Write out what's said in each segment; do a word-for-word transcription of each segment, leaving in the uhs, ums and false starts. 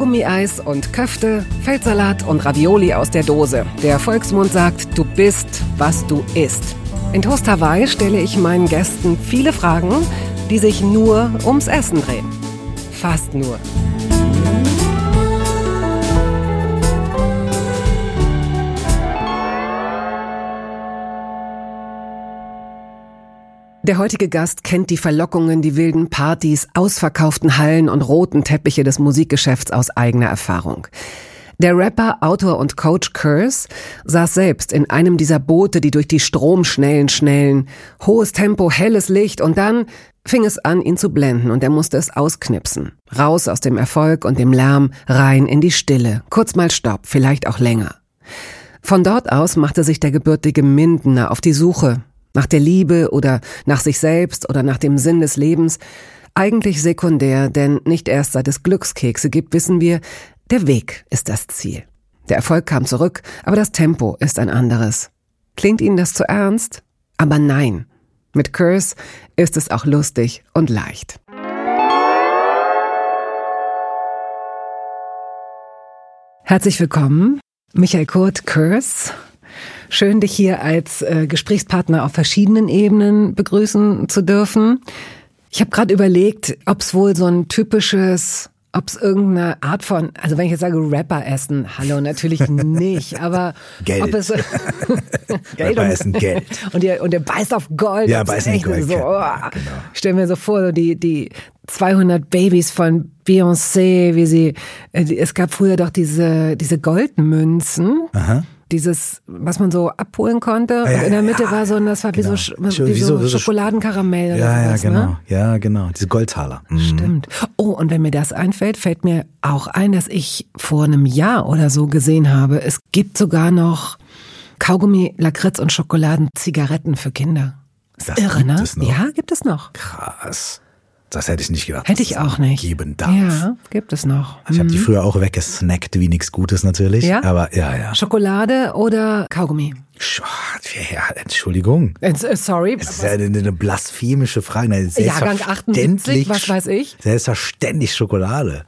Gummieis und Köfte, Feldsalat und Ravioli aus der Dose. Der Volksmund sagt, du bist, was du isst. In Toast Hawaii stelle ich meinen Gästen viele Fragen, die sich nur ums Essen drehen. Fast nur. Der heutige Gast kennt die Verlockungen, die wilden Partys, ausverkauften Hallen und roten Teppiche des Musikgeschäfts aus eigener Erfahrung. Der Rapper, Autor und Coach Curse saß selbst in einem dieser Boote, die durch die Stromschnellen schnellen. Hohes Tempo, helles Licht und dann fing es an, ihn zu blenden und er musste es ausknipsen. Raus aus dem Erfolg und dem Lärm, rein in die Stille. Kurz mal Stopp, vielleicht auch länger. Von dort aus machte sich der gebürtige Mindener auf die Suche nach der Liebe oder nach sich selbst oder nach dem Sinn des Lebens. Eigentlich sekundär, denn nicht erst seit es Glückskekse gibt, wissen wir, der Weg ist das Ziel. Der Erfolg kam zurück, aber das Tempo ist ein anderes. Klingt Ihnen das zu ernst? Aber nein. Mit Curse ist es auch lustig und leicht. Herzlich willkommen, Michael Kurt, Curse. Schön, dich hier als äh, Gesprächspartner auf verschiedenen Ebenen begrüßen zu dürfen. Ich habe gerade überlegt, ob es wohl so ein typisches, ob es irgendeine Art von, also wenn ich jetzt sage Rapper essen, hallo, natürlich nicht, aber Geld. Ob es, Geld Rapper essen Geld. Und der, und der beißt auf Gold. Ja, beißt auf Gold. So, oh. Genau. Ich stelle mir so vor, so die, die zweihundert Babys von Beyoncé, wie sie, es gab früher doch diese, diese Goldmünzen. Aha. Dieses, was man so abholen konnte. Ja, und in der Mitte ja, war so, das war wie genau. so, wie wie so, so Schokoladenkaramell oder ja, sowas, ja, genau. Ne? Ja, genau. Diese Goldtaler. Mhm. Stimmt. Oh, und wenn mir das einfällt, fällt mir auch ein, dass ich vor einem Jahr oder so gesehen habe, es gibt sogar noch Kaugummi, Lakritz und Schokoladenzigaretten für Kinder. Ist das irre, gibt ne? Es noch? Ja, gibt es noch. Krass. Das hätte ich nicht gedacht. Hätte ich auch nicht. Geben darf. Ja, gibt es noch. Ich habe mhm. die früher auch weggesnackt, wie nichts Gutes natürlich. Ja? Aber ja, ja. Schokolade oder Kaugummi? Ja, Entschuldigung. Äh, sorry. Das ist ja eine, eine blasphemische Frage. Nein, Jahrgang achtundsiebzig, was weiß ich. Selbstverständlich Schokolade.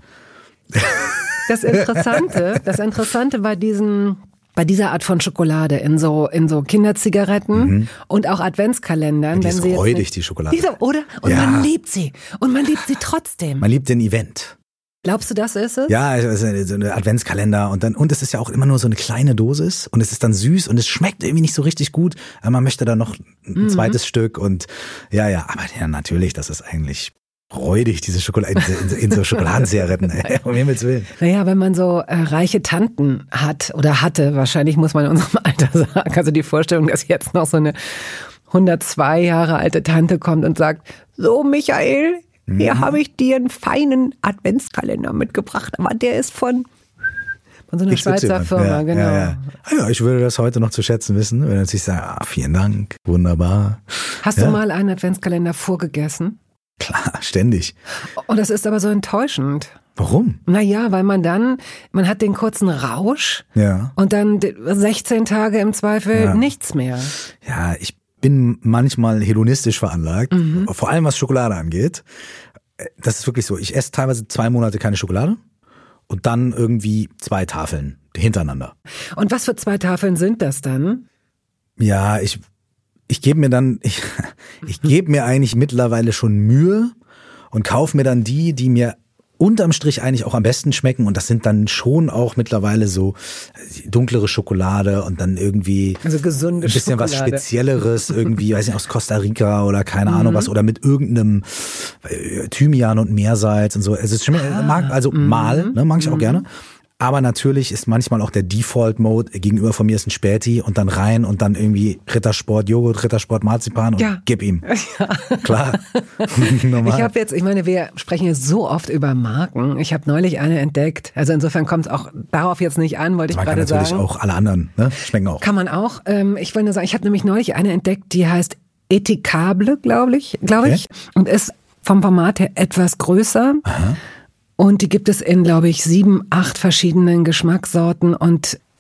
Das Interessante, das Interessante bei diesen... bei dieser Art von Schokolade in so in so Kinderzigaretten mhm. und auch Adventskalendern, ja, die wenn ist sie räudig, jetzt nicht, die Schokolade. Diese, oder? Und ja. man liebt sie. Und man liebt sie trotzdem. Man liebt den Event. Glaubst du, das ist es? Ja, es ist so eine Adventskalender und dann und es ist ja auch immer nur so eine kleine Dosis und es ist dann süß und es schmeckt irgendwie nicht so richtig gut. Aber man möchte da noch ein mhm. zweites Stück und ja, ja, aber ja, natürlich, das ist eigentlich räudig, diese Schokolade, in, in so Schokoladenzigaretten, ey, um Himmels Willen. Naja, wenn man so äh, reiche Tanten hat oder hatte, wahrscheinlich muss man in unserem Alter sagen, also die Vorstellung, dass jetzt noch so eine hundertzwei Jahre alte Tante kommt und sagt, so Michael, mhm. hier habe ich dir einen feinen Adventskalender mitgebracht, aber der ist von... Von so einer Schweizer Firma, ja, genau. Ja, ja. Ah ja, ich würde das heute noch zu schätzen wissen, wenn ich sage, ah, vielen Dank, wunderbar. Hast ja. du mal einen Adventskalender vorgegessen? Klar, ständig. Und das ist aber so enttäuschend. Warum? Naja, weil man dann, man hat den kurzen Rausch ja. und dann sechzehn Tage im Zweifel ja. nichts mehr. Ja, ich bin manchmal hedonistisch veranlagt, mhm. vor allem was Schokolade angeht. Das ist wirklich so, ich esse teilweise zwei Monate keine Schokolade und dann irgendwie zwei Tafeln hintereinander. Und was für zwei Tafeln sind das dann? Ja, ich... Ich gebe mir dann, ich, ich gebe mir eigentlich mittlerweile schon Mühe und kaufe mir dann die, die mir unterm Strich eigentlich auch am besten schmecken und das sind dann schon auch mittlerweile so dunklere Schokolade und dann irgendwie also gesunde ein bisschen Schokolade. Was Spezielleres irgendwie, weiß nicht, aus Costa Rica oder keine mhm. Ahnung was oder mit irgendeinem Thymian und Meersalz und so. Also, es schmeckt, ah. mag, also mhm. mal, ne, mag ich auch mhm. gerne. Aber natürlich ist manchmal auch der Default-Mode gegenüber von mir ist ein Späti und dann rein und dann irgendwie Rittersport Joghurt, Rittersport Marzipan und ja. gib ihm. Ja. Klar. Normal. Ich habe jetzt, ich meine, wir sprechen jetzt so oft über Marken. Ich habe neulich eine entdeckt. Also insofern kommt es auch darauf jetzt nicht an, wollte ich gerade sagen. Man kann natürlich auch alle anderen, ne? Schmecken auch. Kann man auch. Ähm, ich wollte nur sagen, ich habe nämlich neulich eine entdeckt, die heißt Etikable, glaube ich, glaube ich, okay. und ist vom Format her etwas größer. Aha. Und die gibt es in, glaube ich, sieben, acht verschiedenen Geschmackssorten. Und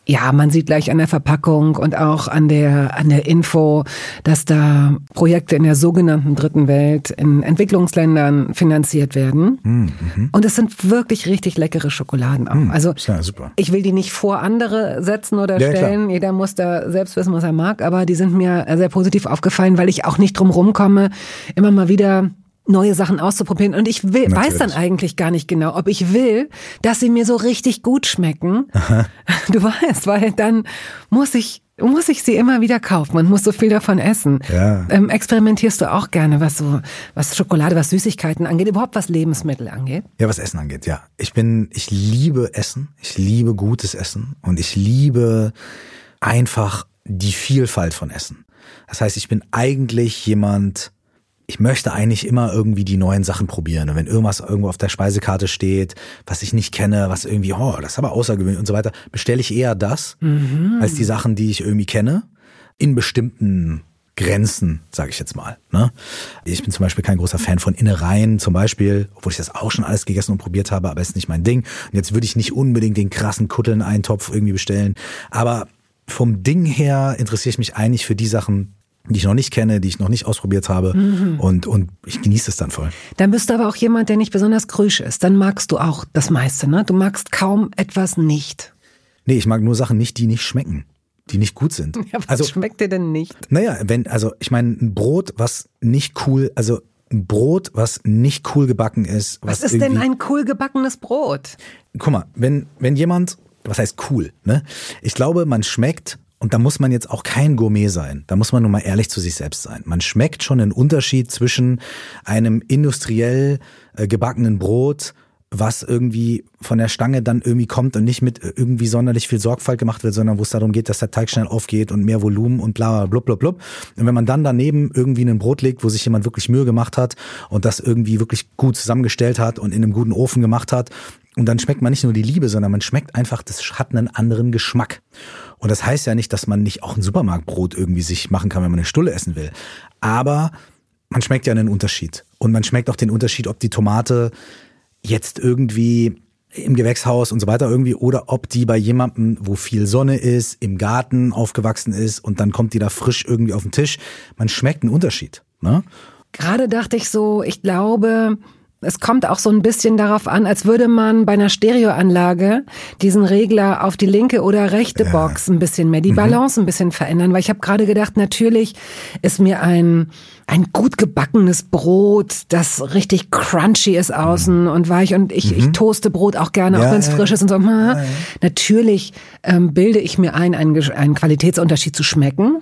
ja, man sieht gleich an der Verpackung und auch an der, an der Info, dass da Projekte in der sogenannten Dritten Welt in Entwicklungsländern finanziert werden. Mhm. Und es sind wirklich richtig leckere Schokoladen auch. Mhm. Also, ja, super. Ich will die nicht vor andere setzen oder ja, stellen. Klar. Jeder muss da selbst wissen, was er mag. Aber die sind mir sehr positiv aufgefallen, weil ich auch nicht drum rumkomme, immer mal wieder neue Sachen auszuprobieren. Und ich will, weiß dann eigentlich gar nicht genau, ob ich will, dass sie mir so richtig gut schmecken. Aha. Du weißt, weil dann muss ich muss ich sie immer wieder kaufen. Man muss so viel davon essen. Ja. Ähm, experimentierst du auch gerne, was so was Schokolade, was Süßigkeiten angeht, überhaupt was Lebensmittel angeht? Ja, was Essen angeht, ja. Ich bin, ich liebe Essen. Ich liebe gutes Essen. Und ich liebe einfach die Vielfalt von Essen. Das heißt, ich bin eigentlich jemand, ich möchte eigentlich immer irgendwie die neuen Sachen probieren. Und wenn irgendwas irgendwo auf der Speisekarte steht, was ich nicht kenne, was irgendwie, oh, das ist aber außergewöhnlich und so weiter, bestelle ich eher das, mhm. als die Sachen, die ich irgendwie kenne, in bestimmten Grenzen, sage ich jetzt mal. Ne? Ich bin zum Beispiel kein großer Fan von Innereien zum Beispiel, obwohl ich das auch schon alles gegessen und probiert habe, aber ist nicht mein Ding. Und jetzt würde ich nicht unbedingt den krassen Kutteln-Eintopf irgendwie bestellen. Aber vom Ding her interessiere ich mich eigentlich für die Sachen, die ich noch nicht kenne, die ich noch nicht ausprobiert habe mhm. und und ich genieße es dann voll. Dann bist du aber auch jemand, der nicht besonders krüsch ist. Dann magst du auch das meiste, ne? Du magst kaum etwas nicht. Nee, ich mag nur Sachen nicht, die nicht schmecken, die nicht gut sind. Ja, was also, schmeckt dir denn nicht? Naja, wenn, also ich meine, ein Brot, was nicht cool, also ein Brot, was nicht cool gebacken ist. Was, was ist denn ein cool gebackenes Brot? Guck mal, wenn wenn jemand, was heißt cool, ne? Ich glaube, man schmeckt. Und da muss man jetzt auch kein Gourmet sein. Da muss man nur mal ehrlich zu sich selbst sein. Man schmeckt schon einen Unterschied zwischen einem industriell äh, gebackenen Brot, was irgendwie von der Stange dann irgendwie kommt und nicht mit irgendwie sonderlich viel Sorgfalt gemacht wird, sondern wo es darum geht, dass der Teig schnell aufgeht und mehr Volumen und bla, blub, blub, blub. Und wenn man dann daneben irgendwie ein Brot legt, wo sich jemand wirklich Mühe gemacht hat und das irgendwie wirklich gut zusammengestellt hat und in einem guten Ofen gemacht hat, und dann schmeckt man nicht nur die Liebe, sondern man schmeckt einfach, das hat einen anderen Geschmack. Und das heißt ja nicht, dass man nicht auch ein Supermarktbrot irgendwie sich machen kann, wenn man eine Stulle essen will. Aber man schmeckt ja einen Unterschied. Und man schmeckt auch den Unterschied, ob die Tomate jetzt irgendwie im Gewächshaus und so weiter irgendwie oder ob die bei jemandem, wo viel Sonne ist, im Garten aufgewachsen ist und dann kommt die da frisch irgendwie auf den Tisch. Man schmeckt einen Unterschied, ne? Gerade dachte ich so, ich glaube, es kommt auch so ein bisschen darauf an, als würde man bei einer Stereoanlage diesen Regler auf die linke oder rechte ja. Box ein bisschen mehr, die Balance mhm. ein bisschen verändern. Weil ich habe gerade gedacht, natürlich ist mir ein ein gut gebackenes Brot, das richtig crunchy ist außen mhm. und weich. Und ich, mhm. ich toaste Brot auch gerne, ja, auch wenn es frisch ist und so. Ja, ja. Natürlich ähm, bilde ich mir ein, einen, einen Qualitätsunterschied zu schmecken.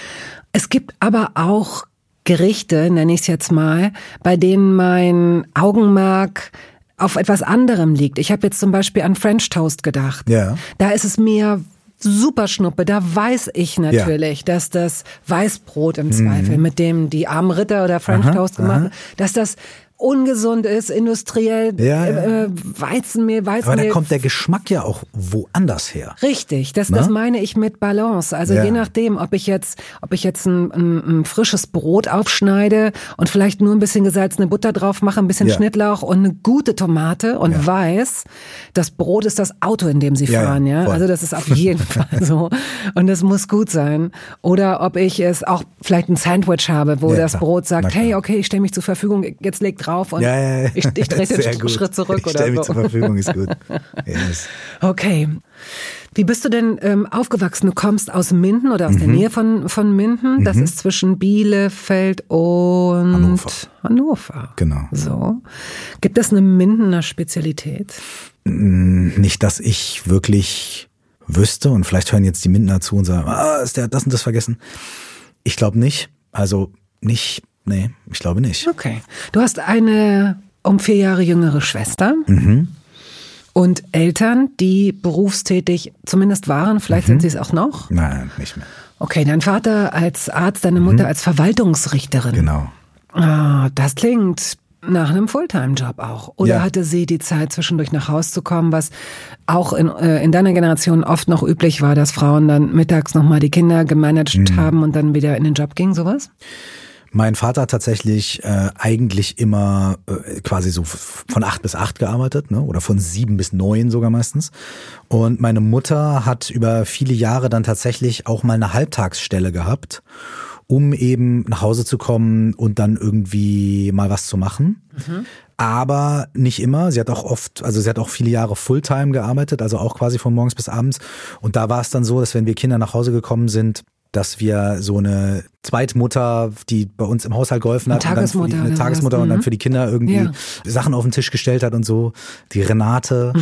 Es gibt aber auch Gerichte, nenne ich es jetzt mal, bei denen mein Augenmerk auf etwas anderem liegt. Ich habe jetzt zum Beispiel an French Toast gedacht. Ja. Da ist es mir super Schnuppe. Da weiß ich natürlich, ja. dass das Weißbrot im Zweifel, mhm. mit dem die armen Ritter oder French aha, Toast gemacht haben, dass das ungesund ist, industriell, ja, ja. Äh, Weizenmehl, Weizenmehl. Aber da kommt der Geschmack ja auch woanders her. Richtig, das, das meine ich mit Balance. Also ja. je nachdem, ob ich jetzt, ob ich jetzt ein, ein, ein frisches Brot aufschneide und vielleicht nur ein bisschen gesalzene Butter drauf mache, ein bisschen ja. Schnittlauch und eine gute Tomate und ja. weiß, das Brot ist das Auto, in dem sie ja, fahren, ja. Voll. Also das ist auf jeden Fall so. Und das muss gut sein. Oder ob ich es auch vielleicht ein Sandwich habe, wo ja, das klar. Brot sagt, hey, okay, ich stelle mich zur Verfügung, jetzt leg drauf. Und ja, ja, ja. ich, ich drehe den gut. Schritt zurück ich oder stell mich so. zur Verfügung, ist gut. Yes. Okay. Wie bist du denn ähm, aufgewachsen? Du kommst aus Minden oder aus mhm. der Nähe von, von Minden. Das mhm. ist zwischen Bielefeld und Hannover. Hannover. Genau. So. Gibt es eine Mindener Spezialität? Nicht, dass ich wirklich wüsste und vielleicht hören jetzt die Mindener zu und sagen, ah, ist der das und das vergessen. Ich glaube nicht. Also nicht. Nee, ich glaube nicht. Okay. Du hast eine um vier Jahre jüngere Schwester mhm. und Eltern, die berufstätig zumindest waren. Vielleicht mhm. sind sie es auch noch? Nein, nicht mehr. Okay, dein Vater als Arzt, deine Mutter mhm. als Verwaltungsrichterin. Genau. Ah, das klingt nach einem Fulltime-Job auch. Oder ja. hatte sie die Zeit, zwischendurch nach Hause zu kommen, was auch in, äh, in deiner Generation oft noch üblich war, dass Frauen dann mittags nochmal die Kinder gemanagt mhm. haben und dann wieder in den Job gingen, sowas? Mein Vater hat tatsächlich äh, eigentlich immer äh, quasi so von acht bis acht gearbeitet, ne? Oder von sieben bis neun sogar meistens. Und meine Mutter hat über viele Jahre dann tatsächlich auch mal eine Halbtagsstelle gehabt, um eben nach Hause zu kommen und dann irgendwie mal was zu machen. Mhm. Aber nicht immer. Sie hat auch oft, also sie hat auch viele Jahre Fulltime gearbeitet, also auch quasi von morgens bis abends. Und da war es dann so, dass wenn wir Kinder nach Hause gekommen sind, dass wir so eine Zweitmutter, die bei uns im Haushalt geholfen hat, eine Tagesmutter, und dann eine Tagesmutter und dann für die Kinder irgendwie ja. Sachen auf den Tisch gestellt hat und so. Die Renate,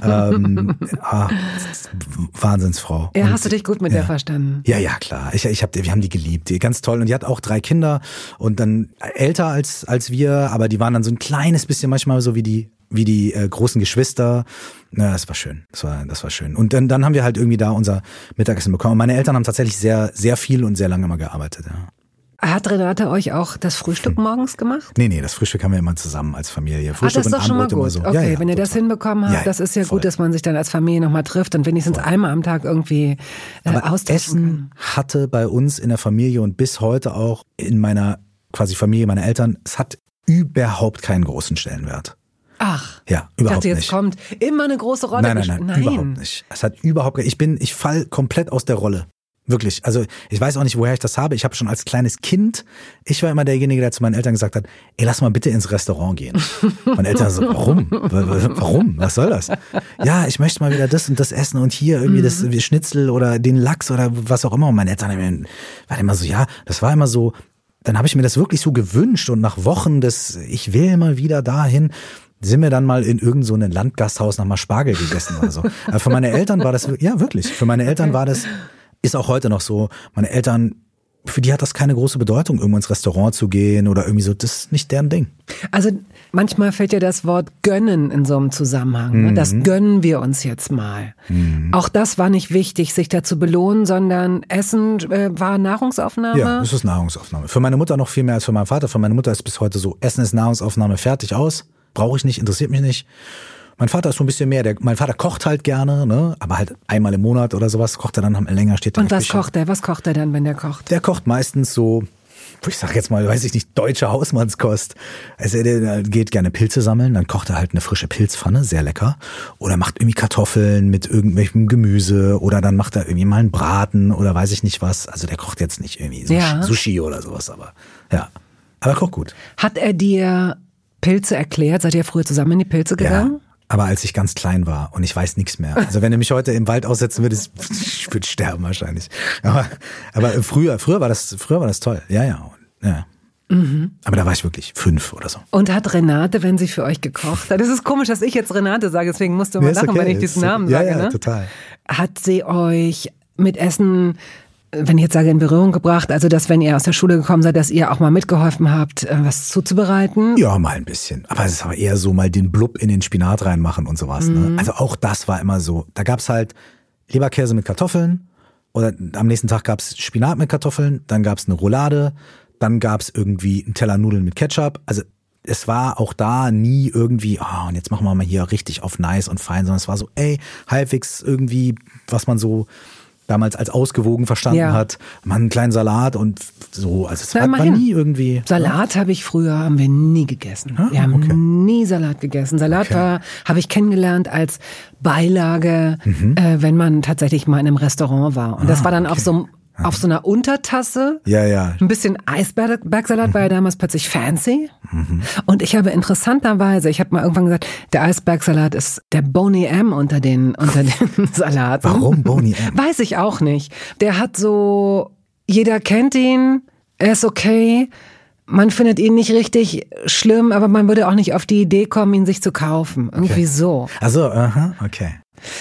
ähm, ah, Wahnsinnsfrau. Ja, und, hast du dich gut mit ja. der verstanden? Ja, ja, klar. Ich, ich hab, wir haben die geliebt, die ganz toll. Und die hat auch drei Kinder und dann älter als als wir, aber die waren dann so ein kleines bisschen manchmal so wie die wie die äh, großen Geschwister. Na, das war schön. Das war, das war schön. Und dann, dann haben wir halt irgendwie da unser Mittagessen bekommen. Und meine Eltern haben tatsächlich sehr, sehr viel und sehr lange mal gearbeitet. Ja. Hat Renate euch auch das Frühstück hm. morgens gemacht? Nee, nee, das Frühstück haben wir immer zusammen als Familie. Frühstück ah, das ist doch schon mal gut. So. Okay, ja, ja, wenn ihr das hinbekommen habt, ja, ja, das ist ja voll. Gut, dass man sich dann als Familie nochmal trifft und wenigstens voll. Einmal am Tag irgendwie äh, Aber austauschen Essen kann. Hatte bei uns in der Familie und bis heute auch in meiner quasi Familie meiner Eltern, es hat überhaupt keinen großen Stellenwert. Ach, ja, überhaupt ich dachte, jetzt nicht. kommt immer eine große Rolle. Nein, nein, nein, nein, überhaupt nicht. Es hat überhaupt, ich bin, ich fall komplett aus der Rolle. Wirklich. Also ich weiß auch nicht, woher ich das habe. Ich habe schon als kleines Kind, ich war immer derjenige, der zu meinen Eltern gesagt hat, ey, lass mal bitte ins Restaurant gehen. Meine Eltern so, warum? Warum? Was soll das? Ja, ich möchte mal wieder das und das essen und hier irgendwie das Schnitzel oder den Lachs oder was auch immer. Und meine Eltern waren immer so, ja, das war immer so, dann habe ich mir das wirklich so gewünscht und nach Wochen des, ich will mal wieder dahin, sind wir dann mal in irgend so ein Landgasthaus nach mal Spargel gegessen oder so. Aber für meine Eltern war das, ja wirklich, für meine Eltern war das, ist auch heute noch so, meine Eltern, für die hat das keine große Bedeutung, irgendwo ins Restaurant zu gehen oder irgendwie so, das ist nicht deren Ding. Also manchmal fällt ja das Wort gönnen in so einem Zusammenhang. Ne? Mhm. Das gönnen wir uns jetzt mal. Mhm. Auch das war nicht wichtig, sich da zu belohnen, sondern Essen äh, war Nahrungsaufnahme. Ja, es ist Nahrungsaufnahme. Für meine Mutter noch viel mehr als für meinen Vater. Für meine Mutter ist bis heute so, Essen ist Nahrungsaufnahme, fertig, aus. Brauche ich nicht, interessiert mich nicht. Mein Vater ist so ein bisschen mehr, der, mein Vater kocht halt gerne, ne, aber halt einmal im Monat oder sowas kocht er dann länger, steht Und was kocht er? Was kocht er dann, wenn der kocht? Der kocht meistens so, ich sag jetzt mal, weiß ich nicht, deutsche Hausmannskost. Also der geht gerne Pilze sammeln, dann kocht er halt eine frische Pilzpfanne, sehr lecker. Oder macht irgendwie Kartoffeln mit irgendwelchem Gemüse oder dann macht er irgendwie mal einen Braten oder weiß ich nicht was. Also der kocht jetzt nicht irgendwie Sushi, ja. Sushi oder sowas, aber ja, aber er kocht gut. Hat er dir Pilze erklärt? Seid ihr früher zusammen in die Pilze gegangen? Ja, aber als ich ganz klein war und ich weiß nichts mehr. Also wenn du mich heute im Wald aussetzen würdest, ich würde sterben wahrscheinlich. Aber, aber früher, früher war das, früher war das toll. Ja, ja, ja. Mhm. Aber da war ich wirklich fünf oder so. Und hat Renate, wenn sie für euch gekocht hat, das ist komisch, dass ich jetzt Renate sage, deswegen musst du mal ja, lachen, okay. wenn ich diesen ist Namen ja, sage. Ja, ne? total. Hat sie euch mit Essen, wenn ich jetzt sage, in Berührung gebracht, also dass, wenn ihr aus der Schule gekommen seid, dass ihr auch mal mitgeholfen habt, was zuzubereiten? Ja, mal ein bisschen. Aber es ist aber eher so mal den Blub in den Spinat reinmachen und sowas. Mhm. Ne? Also auch das war immer so. Da gab's halt Leberkäse mit Kartoffeln oder am nächsten Tag gab's Spinat mit Kartoffeln, dann gab's eine Roulade, dann gab's irgendwie einen Teller Nudeln mit Ketchup. Also es war auch da nie irgendwie, ah, oh, und jetzt machen wir mal hier richtig auf nice und fein, sondern es war so, ey, halbwegs irgendwie, was man so damals als ausgewogen verstanden ja. hat, mal einen kleinen Salat und so, also es war, war nie irgendwie. Salat ja? habe ich früher, haben wir nie gegessen. Ah, wir haben okay. nie Salat gegessen. Salat okay. war, habe ich kennengelernt als Beilage, mhm. äh, wenn man tatsächlich mal in einem Restaurant war. Und das ah, war dann okay. auf so einem auf so einer Untertasse. Ja, ja. Ein bisschen Eisbergsalat mhm. war ja damals plötzlich fancy. Mhm. Und ich habe interessanterweise, ich habe mal irgendwann gesagt, der Eisbergsalat ist der Boney M unter den, unter den Salaten. Warum Boney M? Weiß ich auch nicht. Der hat so, jeder kennt ihn, er ist okay. Man findet ihn nicht richtig schlimm, aber man würde auch nicht auf die Idee kommen, ihn sich zu kaufen. Irgendwie okay. so. Also, aha, okay.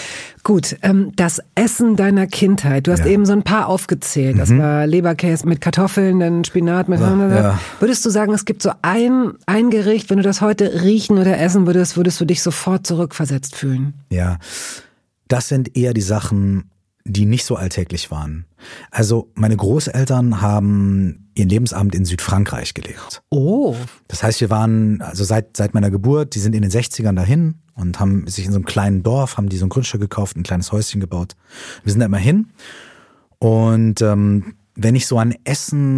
Gut, ähm, das Essen deiner Kindheit. Du hast ja. eben so ein paar aufgezählt. Das mhm. war Leberkäse mit Kartoffeln, dann Spinat mit... Ja, ja. Würdest du sagen, es gibt so ein, ein Gericht, wenn du das heute riechen oder essen würdest, würdest du dich sofort zurückversetzt fühlen? Ja, das sind eher die Sachen, die nicht so alltäglich waren. Also meine Großeltern haben ihren Lebensabend in Südfrankreich gelebt. Oh. Das heißt, wir waren, also seit seit meiner Geburt, die sind in den sechzigern dahin und haben sich in so einem kleinen Dorf, haben die so ein Grundstück gekauft, ein kleines Häuschen gebaut. Wir sind da immer hin und ähm, wenn ich so an Essen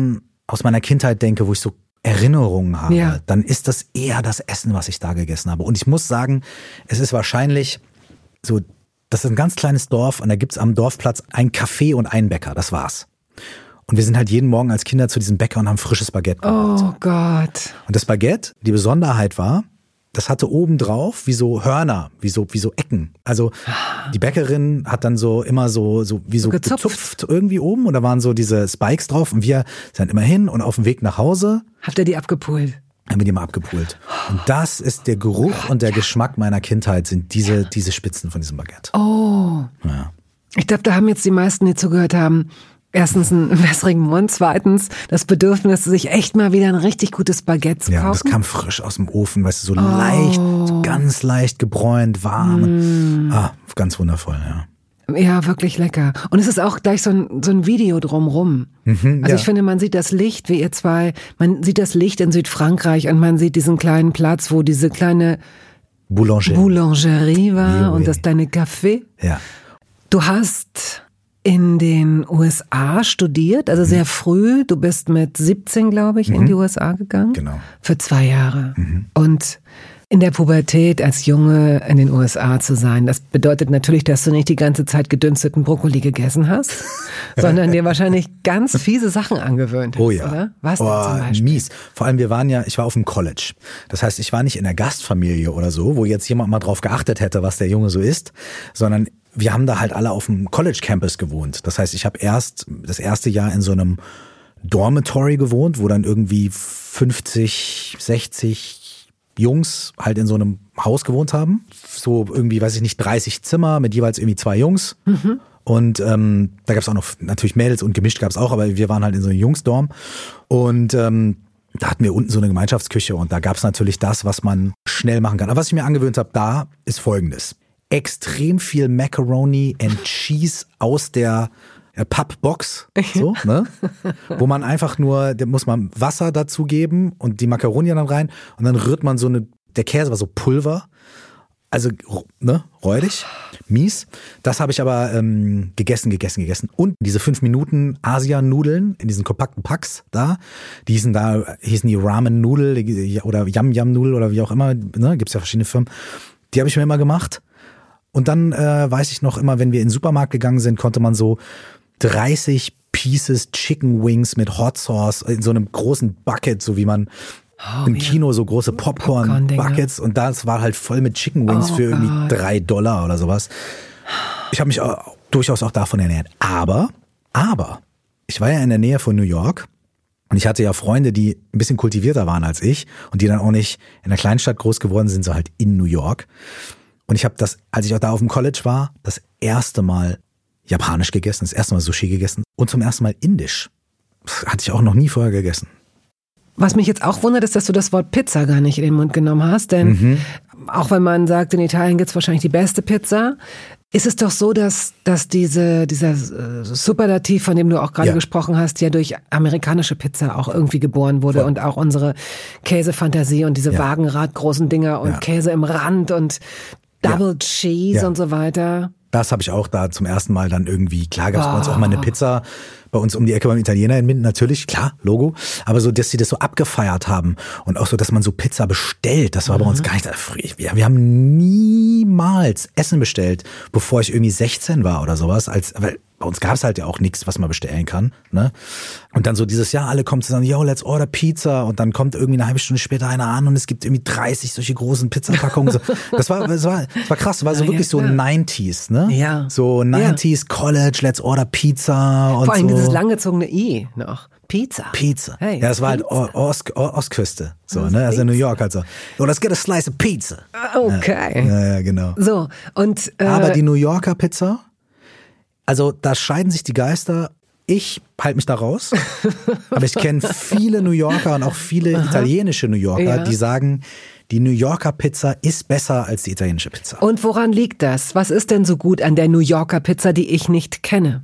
aus meiner Kindheit denke, wo ich so Erinnerungen habe, ja. dann ist das eher das Essen, was ich da gegessen habe. Und ich muss sagen, es ist wahrscheinlich so, das ist ein ganz kleines Dorf und da gibt's am Dorfplatz ein Café und einen Bäcker, das war's. Und wir sind halt jeden Morgen als Kinder zu diesem Bäcker und haben frisches Baguette geholt. Oh Gott. Und das Baguette, die Besonderheit war, das hatte oben drauf wie so Hörner, wie so, wie so Ecken. Also die Bäckerin hat dann so immer so, so wie so, so gezupft. gezupft irgendwie oben und da waren so diese Spikes drauf und wir sind immer hin und auf dem Weg nach Hause. Habt ihr die abgepult? Haben wir die mal abgepult. Und das ist der Geruch und der Geschmack meiner Kindheit, sind diese, diese Spitzen von diesem Baguette. Oh. Ja. Ich glaube, da haben jetzt die meisten, die zugehört haben, erstens einen wässrigen Mund, zweitens das Bedürfnis, sich echt mal wieder ein richtig gutes Baguette zu kaufen. Ja, das kam frisch aus dem Ofen, weißt du, so oh. leicht, so ganz leicht gebräunt, warm. Mm. Ah, ganz wundervoll, ja. Ja, wirklich lecker. Und es ist auch gleich so ein, so ein Video drumrum. Mhm, also ja. ich finde, man sieht das Licht, wie ihr zwei, man sieht das Licht in Südfrankreich und man sieht diesen kleinen Platz, wo diese kleine Boulangerie, Boulangerie war oui, und das kleine Café. Ja. Du hast in den U S A studiert, also sehr früh. Du bist mit siebzehn, glaube ich, mhm. in die U S A gegangen. Genau. Für zwei Jahre. Mhm. Und in der Pubertät als Junge in den U S A zu sein, das bedeutet natürlich, dass du nicht die ganze Zeit gedünsteten Brokkoli gegessen hast, sondern dir wahrscheinlich ganz fiese Sachen angewöhnt hast, oh ja. oder? Was oh, denn zum Beispiel? Mies. Vor allem, wir waren ja, ich war auf dem College. Das heißt, ich war nicht in der Gastfamilie oder so, wo jetzt jemand mal drauf geachtet hätte, was der Junge so isst, sondern wir haben da halt alle auf dem College Campus gewohnt. Das heißt, ich habe erst das erste Jahr in so einem Dormitory gewohnt, wo dann irgendwie fünfzig, sechzig Jungs halt in so einem Haus gewohnt haben. So irgendwie, weiß ich nicht, dreißig Zimmer mit jeweils irgendwie zwei Jungs. Mhm. Und ähm, da gab es auch noch natürlich Mädels und gemischt gab es auch, aber wir waren halt in so einem Jungsdorm. Und ähm, da hatten wir unten so eine Gemeinschaftsküche und da gab es natürlich das, was man schnell machen kann. Aber was ich mir angewöhnt habe, da ist Folgendes. Extrem viel Macaroni and Cheese aus der Pappbox, so, ne? Wo man einfach nur, da muss man Wasser dazu geben und die Macaroni dann rein und dann rührt man so eine, der Käse war so Pulver, also, ne, räudig, mies. Das habe ich aber ähm, gegessen, gegessen, gegessen. Und diese fünf Minuten Asian-Nudeln in diesen kompakten Packs da, die hießen da, hießen die Ramen-Nudel oder Yam-Yam-Nudel oder wie auch immer, ne, gibt's ja verschiedene Firmen. Die habe ich mir immer gemacht. Und dann äh, weiß ich noch immer, wenn wir in den Supermarkt gegangen sind, konnte man so dreißig Pieces Chicken Wings mit Hot Sauce in so einem großen Bucket, so wie man oh, im Kino so große Popcorn-Buckets und das war halt voll mit Chicken Wings oh, für irgendwie God. drei Dollar oder sowas. Ich habe mich auch, durchaus auch davon ernährt. Aber, aber, ich war ja in der Nähe von New York und ich hatte ja Freunde, die ein bisschen kultivierter waren als ich und die dann auch nicht in der Kleinstadt groß geworden sind, so halt in New York. Und ich habe das, als ich auch da auf dem College war, das erste Mal Japanisch gegessen, das erste Mal Sushi gegessen und zum ersten Mal Indisch. Das hatte ich auch noch nie vorher gegessen. Was mich jetzt auch wundert, ist, dass du das Wort Pizza gar nicht in den Mund genommen hast, denn mhm. auch wenn man sagt, in Italien gibt's wahrscheinlich die beste Pizza, ist es doch so, dass, dass diese, dieser äh, Superlativ, von dem du auch gerade ja. gesprochen hast, ja durch amerikanische Pizza auch irgendwie geboren wurde Voll. Und auch unsere Käsefantasie und diese ja. Wagenradgroßen Dinger und ja. Käse im Rand und Double ja. Cheese ja. und so weiter. Das habe ich auch da zum ersten Mal dann irgendwie, klar gab es oh. bei uns auch mal eine Pizza, bei uns um die Ecke beim Italiener in Minden, natürlich, klar, Logo, aber so, dass sie das so abgefeiert haben und auch so, dass man so Pizza bestellt, das war mhm. bei uns gar nicht, wir, wir haben niemals Essen bestellt, bevor ich irgendwie sechzehn war oder sowas, als, weil bei uns gab es halt ja auch nichts, was man bestellen kann, ne? Und dann so dieses Jahr, alle kommen zusammen, yo, let's order Pizza und dann kommt irgendwie eine halbe Stunde später einer an und es gibt irgendwie dreißig solche großen Pizzapackungen. So. Das war, das war, das war krass, das war so ja, wirklich ja, so neunziger, ne? Ja. So neunziger ja. College, let's order Pizza und vor allem so. dieses langgezogene I noch. Pizza. Pizza. Hey, ja, das war halt Ost, Ostküste, so, also ne? Also in New York halt so. So, let's get a slice of pizza. Okay. Ja, ja genau. So, und, äh, aber die New Yorker Pizza, also da scheiden sich die Geister. Ich halte mich da raus, aber ich kenne viele New Yorker und auch viele Aha. italienische New Yorker, ja. die sagen, die New Yorker Pizza ist besser als die italienische Pizza. Und woran liegt das? Was ist denn so gut an der New Yorker Pizza, die ich nicht kenne?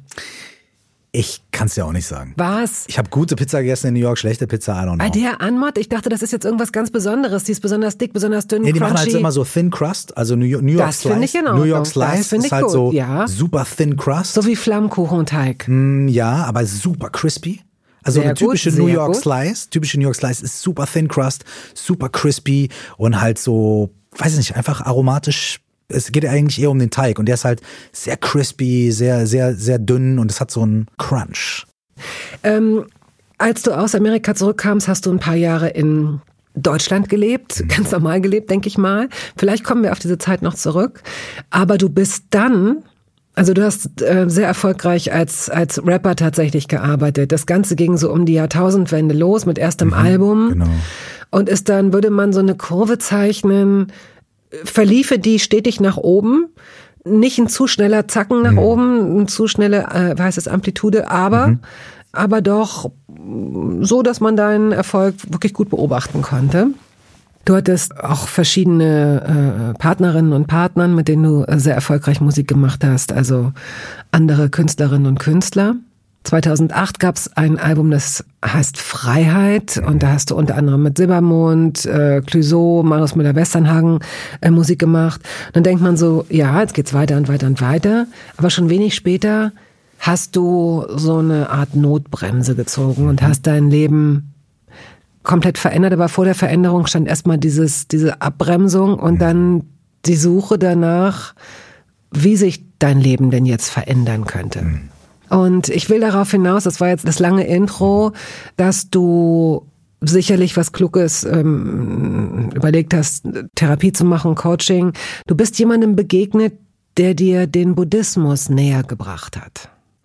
Ich kann es dir auch nicht sagen. Was? Ich habe gute Pizza gegessen in New York, schlechte Pizza, I don't know. Bei der Anmod? Ich dachte, das ist jetzt irgendwas ganz Besonderes. Die ist besonders dick, besonders dünn, nee, die crunchy. machen halt immer so Thin Crust, also New York, New York das Slice. Das finde ich in Ordnung. New York Slice ist halt gut. so ja. super Thin Crust. So wie Flammkuchenteig. Mm, ja, aber super crispy. Also sehr eine typische gut, New York gut. Slice, typische New York Slice ist super thin crust, super crispy und halt so, weiß ich nicht, einfach aromatisch. Es geht eigentlich eher um den Teig und der ist halt sehr crispy, sehr, sehr, sehr dünn und es hat so einen Crunch. Ähm, als du aus Amerika zurückkamst, hast du ein paar Jahre in Deutschland gelebt, ganz normal gelebt, denke ich mal. Vielleicht kommen wir auf diese Zeit noch zurück. Aber du bist dann, also du hast äh, sehr erfolgreich als als Rapper tatsächlich gearbeitet. Das Ganze ging so um die Jahrtausendwende los mit erstem mhm, Album. Genau. Und ist dann, würde man so eine Kurve zeichnen, verliefe die stetig nach oben. Nicht ein zu schneller Zacken nach mhm. oben, ein zu schnelle, äh, wie heißt es, Amplitude, aber... Mhm. aber doch so, dass man deinen Erfolg wirklich gut beobachten konnte. Du hattest auch verschiedene äh, Partnerinnen und Partner, mit denen du sehr erfolgreich Musik gemacht hast, also andere Künstlerinnen und Künstler. zweitausendacht gab es ein Album, das heißt Freiheit und da hast du unter anderem mit Silbermond, äh, Clouseau, Marius Müller-Westernhagen äh, Musik gemacht. Und dann denkt man so, ja, jetzt geht's weiter und weiter und weiter, aber schon wenig später hast du so eine Art Notbremse gezogen und hast dein Leben komplett verändert. Aber vor der Veränderung stand erstmal dieses, diese Abbremsung und dann die Suche danach, wie sich dein Leben denn jetzt verändern könnte. Und ich will darauf hinaus, das war jetzt das lange Intro, dass du sicherlich was Kluges ähm, überlegt hast, Therapie zu machen, Coaching. Du bist jemandem begegnet, der dir den Buddhismus näher gebracht hat.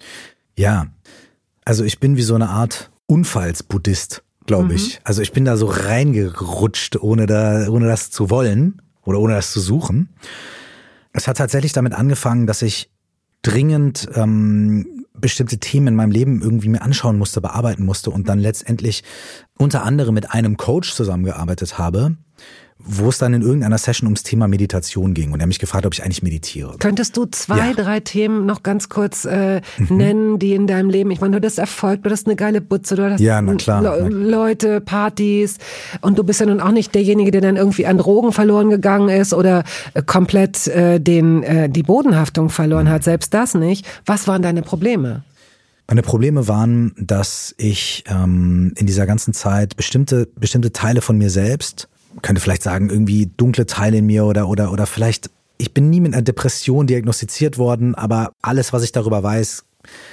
Ja, also ich bin wie so eine Art Unfallsbuddhist, glaube mhm. ich. Also ich bin da so reingerutscht, ohne da, ohne das zu wollen oder ohne das zu suchen. Es hat tatsächlich damit angefangen, dass ich dringend ähm, bestimmte Themen in meinem Leben irgendwie mir anschauen musste, bearbeiten musste und dann letztendlich unter anderem mit einem Coach zusammengearbeitet habe, wo es dann in irgendeiner Session ums Thema Meditation ging und er mich gefragt hat, ob ich eigentlich meditiere. Könntest du zwei, ja. drei Themen noch ganz kurz äh, mhm. nennen, die in deinem Leben, ich meine, du hast Erfolg, du hast eine geile Butze, du hast ja, na klar, Le- Leute, Partys und du bist ja nun auch nicht derjenige, der dann irgendwie an Drogen verloren gegangen ist oder äh, komplett äh, den äh, die Bodenhaftung verloren mhm. hat, selbst das nicht. Was waren deine Probleme? Meine Probleme waren, dass ich ähm, in dieser ganzen Zeit bestimmte bestimmte Teile von mir selbst, könnte vielleicht sagen, irgendwie dunkle Teile in mir oder oder oder vielleicht, ich bin nie mit einer Depression diagnostiziert worden, aber alles, was ich darüber weiß,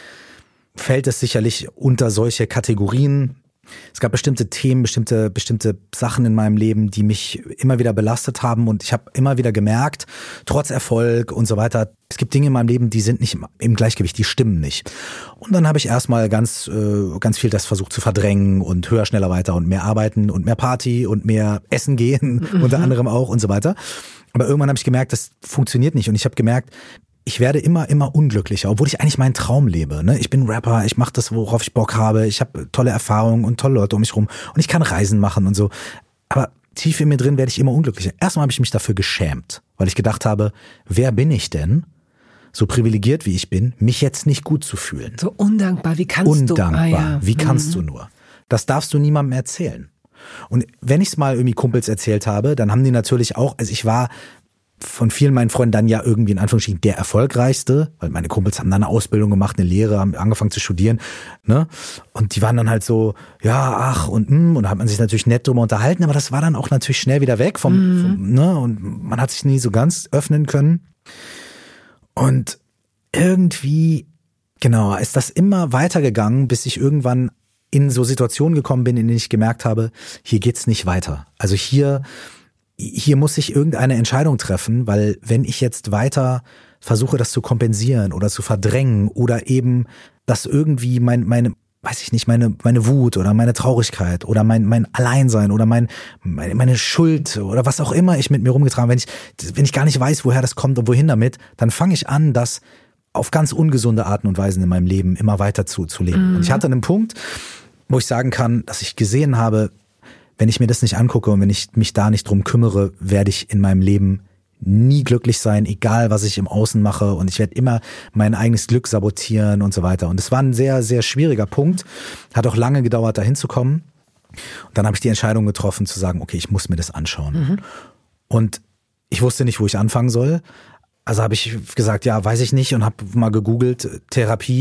fällt es sicherlich unter solche Kategorien. Es gab bestimmte Themen, bestimmte bestimmte Sachen in meinem Leben, die mich immer wieder belastet haben und ich habe immer wieder gemerkt, trotz Erfolg und so weiter, es gibt Dinge in meinem Leben, die sind nicht im Gleichgewicht, die stimmen nicht. Und dann habe ich erstmal ganz äh, ganz viel das versucht zu verdrängen und höher, schneller, weiter und mehr arbeiten und mehr Party und mehr essen gehen, mhm. unter anderem auch und so weiter. Aber irgendwann habe ich gemerkt, das funktioniert nicht und ich habe gemerkt, ich werde immer, immer unglücklicher, obwohl ich eigentlich meinen Traum lebe. Ne? Ich bin Rapper, ich mache das, worauf ich Bock habe, ich habe tolle Erfahrungen und tolle Leute um mich rum und ich kann Reisen machen und so. Aber tief in mir drin werde ich immer unglücklicher. Erstmal habe ich mich dafür geschämt, weil ich gedacht habe, wer bin ich denn, so privilegiert wie ich bin, mich jetzt nicht gut zu fühlen? So undankbar, wie kannst undankbar. du? Undankbar, ah, ja. wie kannst mhm. du nur? Das darfst du niemandem erzählen. Und wenn ich es mal irgendwie Kumpels erzählt habe, dann haben die natürlich auch, also ich war von vielen meinen Freunden dann ja irgendwie in Anführungsstrichen der Erfolgreichste, weil meine Kumpels haben dann eine Ausbildung gemacht, eine Lehre, haben angefangen zu studieren, ne? Und die waren dann halt so, ja, ach und mm, und da hat man sich natürlich nett drüber unterhalten, aber das war dann auch natürlich schnell wieder weg vom, mhm. vom ne? Und man hat sich nie so ganz öffnen können. Und irgendwie, genau, ist das immer weitergegangen, bis ich irgendwann in so Situationen gekommen bin, in denen ich gemerkt habe, hier geht's nicht weiter. Also hier Hier muss ich irgendeine Entscheidung treffen, weil wenn ich jetzt weiter versuche, das zu kompensieren oder zu verdrängen oder eben das irgendwie mein, meine, weiß ich nicht, meine, meine Wut oder meine Traurigkeit oder mein, mein Alleinsein oder mein, meine, meine Schuld oder was auch immer ich mit mir rumgetragen, wenn ich, wenn ich gar nicht weiß, woher das kommt und wohin damit, dann fange ich an, das auf ganz ungesunde Arten und Weisen in meinem Leben immer weiter zu, zu leben. Mhm. Und ich hatte einen Punkt, wo ich sagen kann, dass ich gesehen habe, wenn ich mir das nicht angucke und wenn ich mich da nicht drum kümmere, werde ich in meinem Leben nie glücklich sein, egal was ich im Außen mache und ich werde immer mein eigenes Glück sabotieren und so weiter. Und es war ein sehr, sehr schwieriger Punkt, hat auch lange gedauert, da hinzukommen. Und dann habe ich die Entscheidung getroffen zu sagen, okay, ich muss mir das anschauen. Mhm. Und ich wusste nicht, wo ich anfangen soll. Also habe ich gesagt, ja, weiß ich nicht und habe mal gegoogelt, Therapie,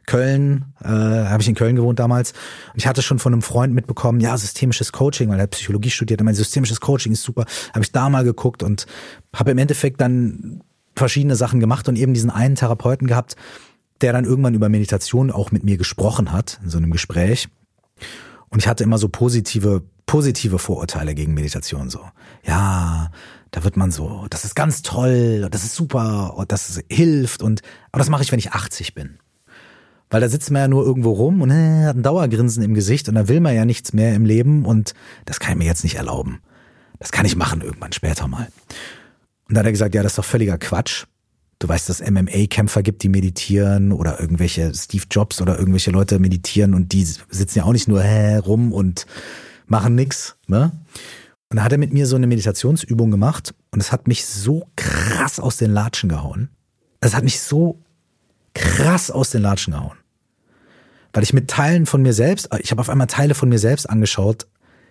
Köln, äh, habe ich in Köln gewohnt damals. Und ich hatte schon von einem Freund mitbekommen, ja, systemisches Coaching, weil er Psychologie studiert. Er meinte, systemisches Coaching ist super. Habe ich da mal geguckt und habe im Endeffekt dann verschiedene Sachen gemacht und eben diesen einen Therapeuten gehabt, der dann irgendwann über Meditation auch mit mir gesprochen hat, in so einem Gespräch. Und ich hatte immer so positive, positive Vorurteile gegen Meditation, so. Ja, da wird man so, das ist ganz toll, das ist super und das hilft und, aber das mache ich, wenn ich achtzig bin. Weil da sitzt man ja nur irgendwo rum und äh, hat ein Dauergrinsen im Gesicht und da will man ja nichts mehr im Leben und das kann ich mir jetzt nicht erlauben. Das kann ich machen irgendwann später mal. Und da hat er gesagt, ja, das ist doch völliger Quatsch. Du weißt, dass es M M A-Kämpfer gibt, die meditieren oder irgendwelche Steve Jobs oder irgendwelche Leute meditieren und die sitzen ja auch nicht nur hä, rum und machen nix. Ne? Und da hat er mit mir so eine Meditationsübung gemacht und es hat mich so krass aus den Latschen gehauen. Es hat mich so krass aus den Latschen gehauen. Weil ich mit Teilen von mir selbst, ich habe auf einmal Teile von mir selbst angeschaut.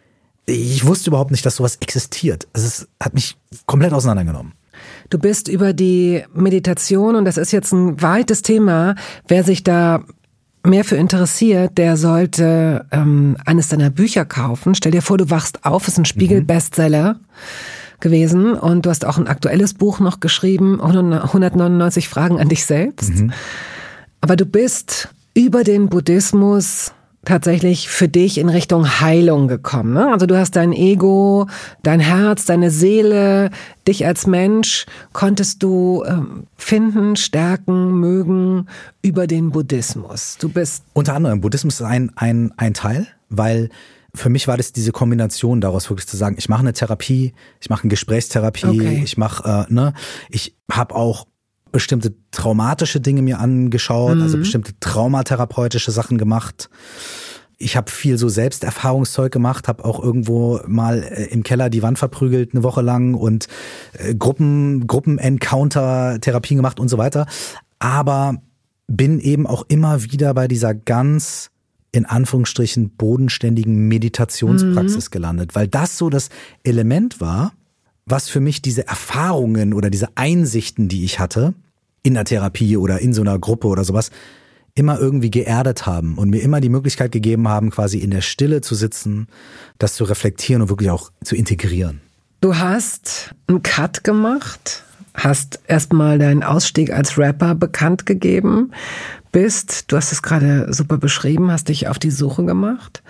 Ich wusste überhaupt nicht, dass sowas existiert. Also es hat mich komplett auseinandergenommen. Du bist über die Meditation, und das ist jetzt ein weites Thema, wer sich da mehr für interessiert, der sollte ähm, eines deiner Bücher kaufen. Stell dir vor, du wachst auf, ist ein Spiegel-Bestseller gewesen und du hast auch ein aktuelles Buch noch geschrieben, hundertneunundneunzig Fragen an dich selbst. Mhm. Aber du bist über den Buddhismus tatsächlich für dich in Richtung Heilung gekommen, ne? Also du hast dein Ego, dein Herz, deine Seele, dich als Mensch konntest du ähm, finden, stärken, mögen über den Buddhismus. Du bist unter anderem, Buddhismus ist ein, ein, ein Teil, weil für mich war das diese Kombination daraus, wirklich zu sagen, ich mache eine Therapie, ich mache eine Gesprächstherapie, okay. ich mache, äh, ne, ich habe auch bestimmte traumatische Dinge mir angeschaut, mhm. also bestimmte traumatherapeutische Sachen gemacht. Ich habe viel so Selbsterfahrungszeug gemacht, habe auch irgendwo mal äh, im Keller die Wand verprügelt eine Woche lang und äh, Gruppen, Gruppen-Encounter-Therapien gemacht und so weiter. Aber bin eben auch immer wieder bei dieser ganz, in Anführungsstrichen, bodenständigen Meditationspraxis mhm. gelandet, weil das so das Element war, was für mich diese Erfahrungen oder diese Einsichten, die ich hatte, in der Therapie oder in so einer Gruppe oder sowas, immer irgendwie geerdet haben und mir immer die Möglichkeit gegeben haben, quasi in der Stille zu sitzen, das zu reflektieren und wirklich auch zu integrieren. Du hast einen Cut gemacht, hast erstmal deinen Ausstieg als Rapper bekannt gegeben, bist, du hast es gerade super beschrieben, hast dich auf die Suche gemacht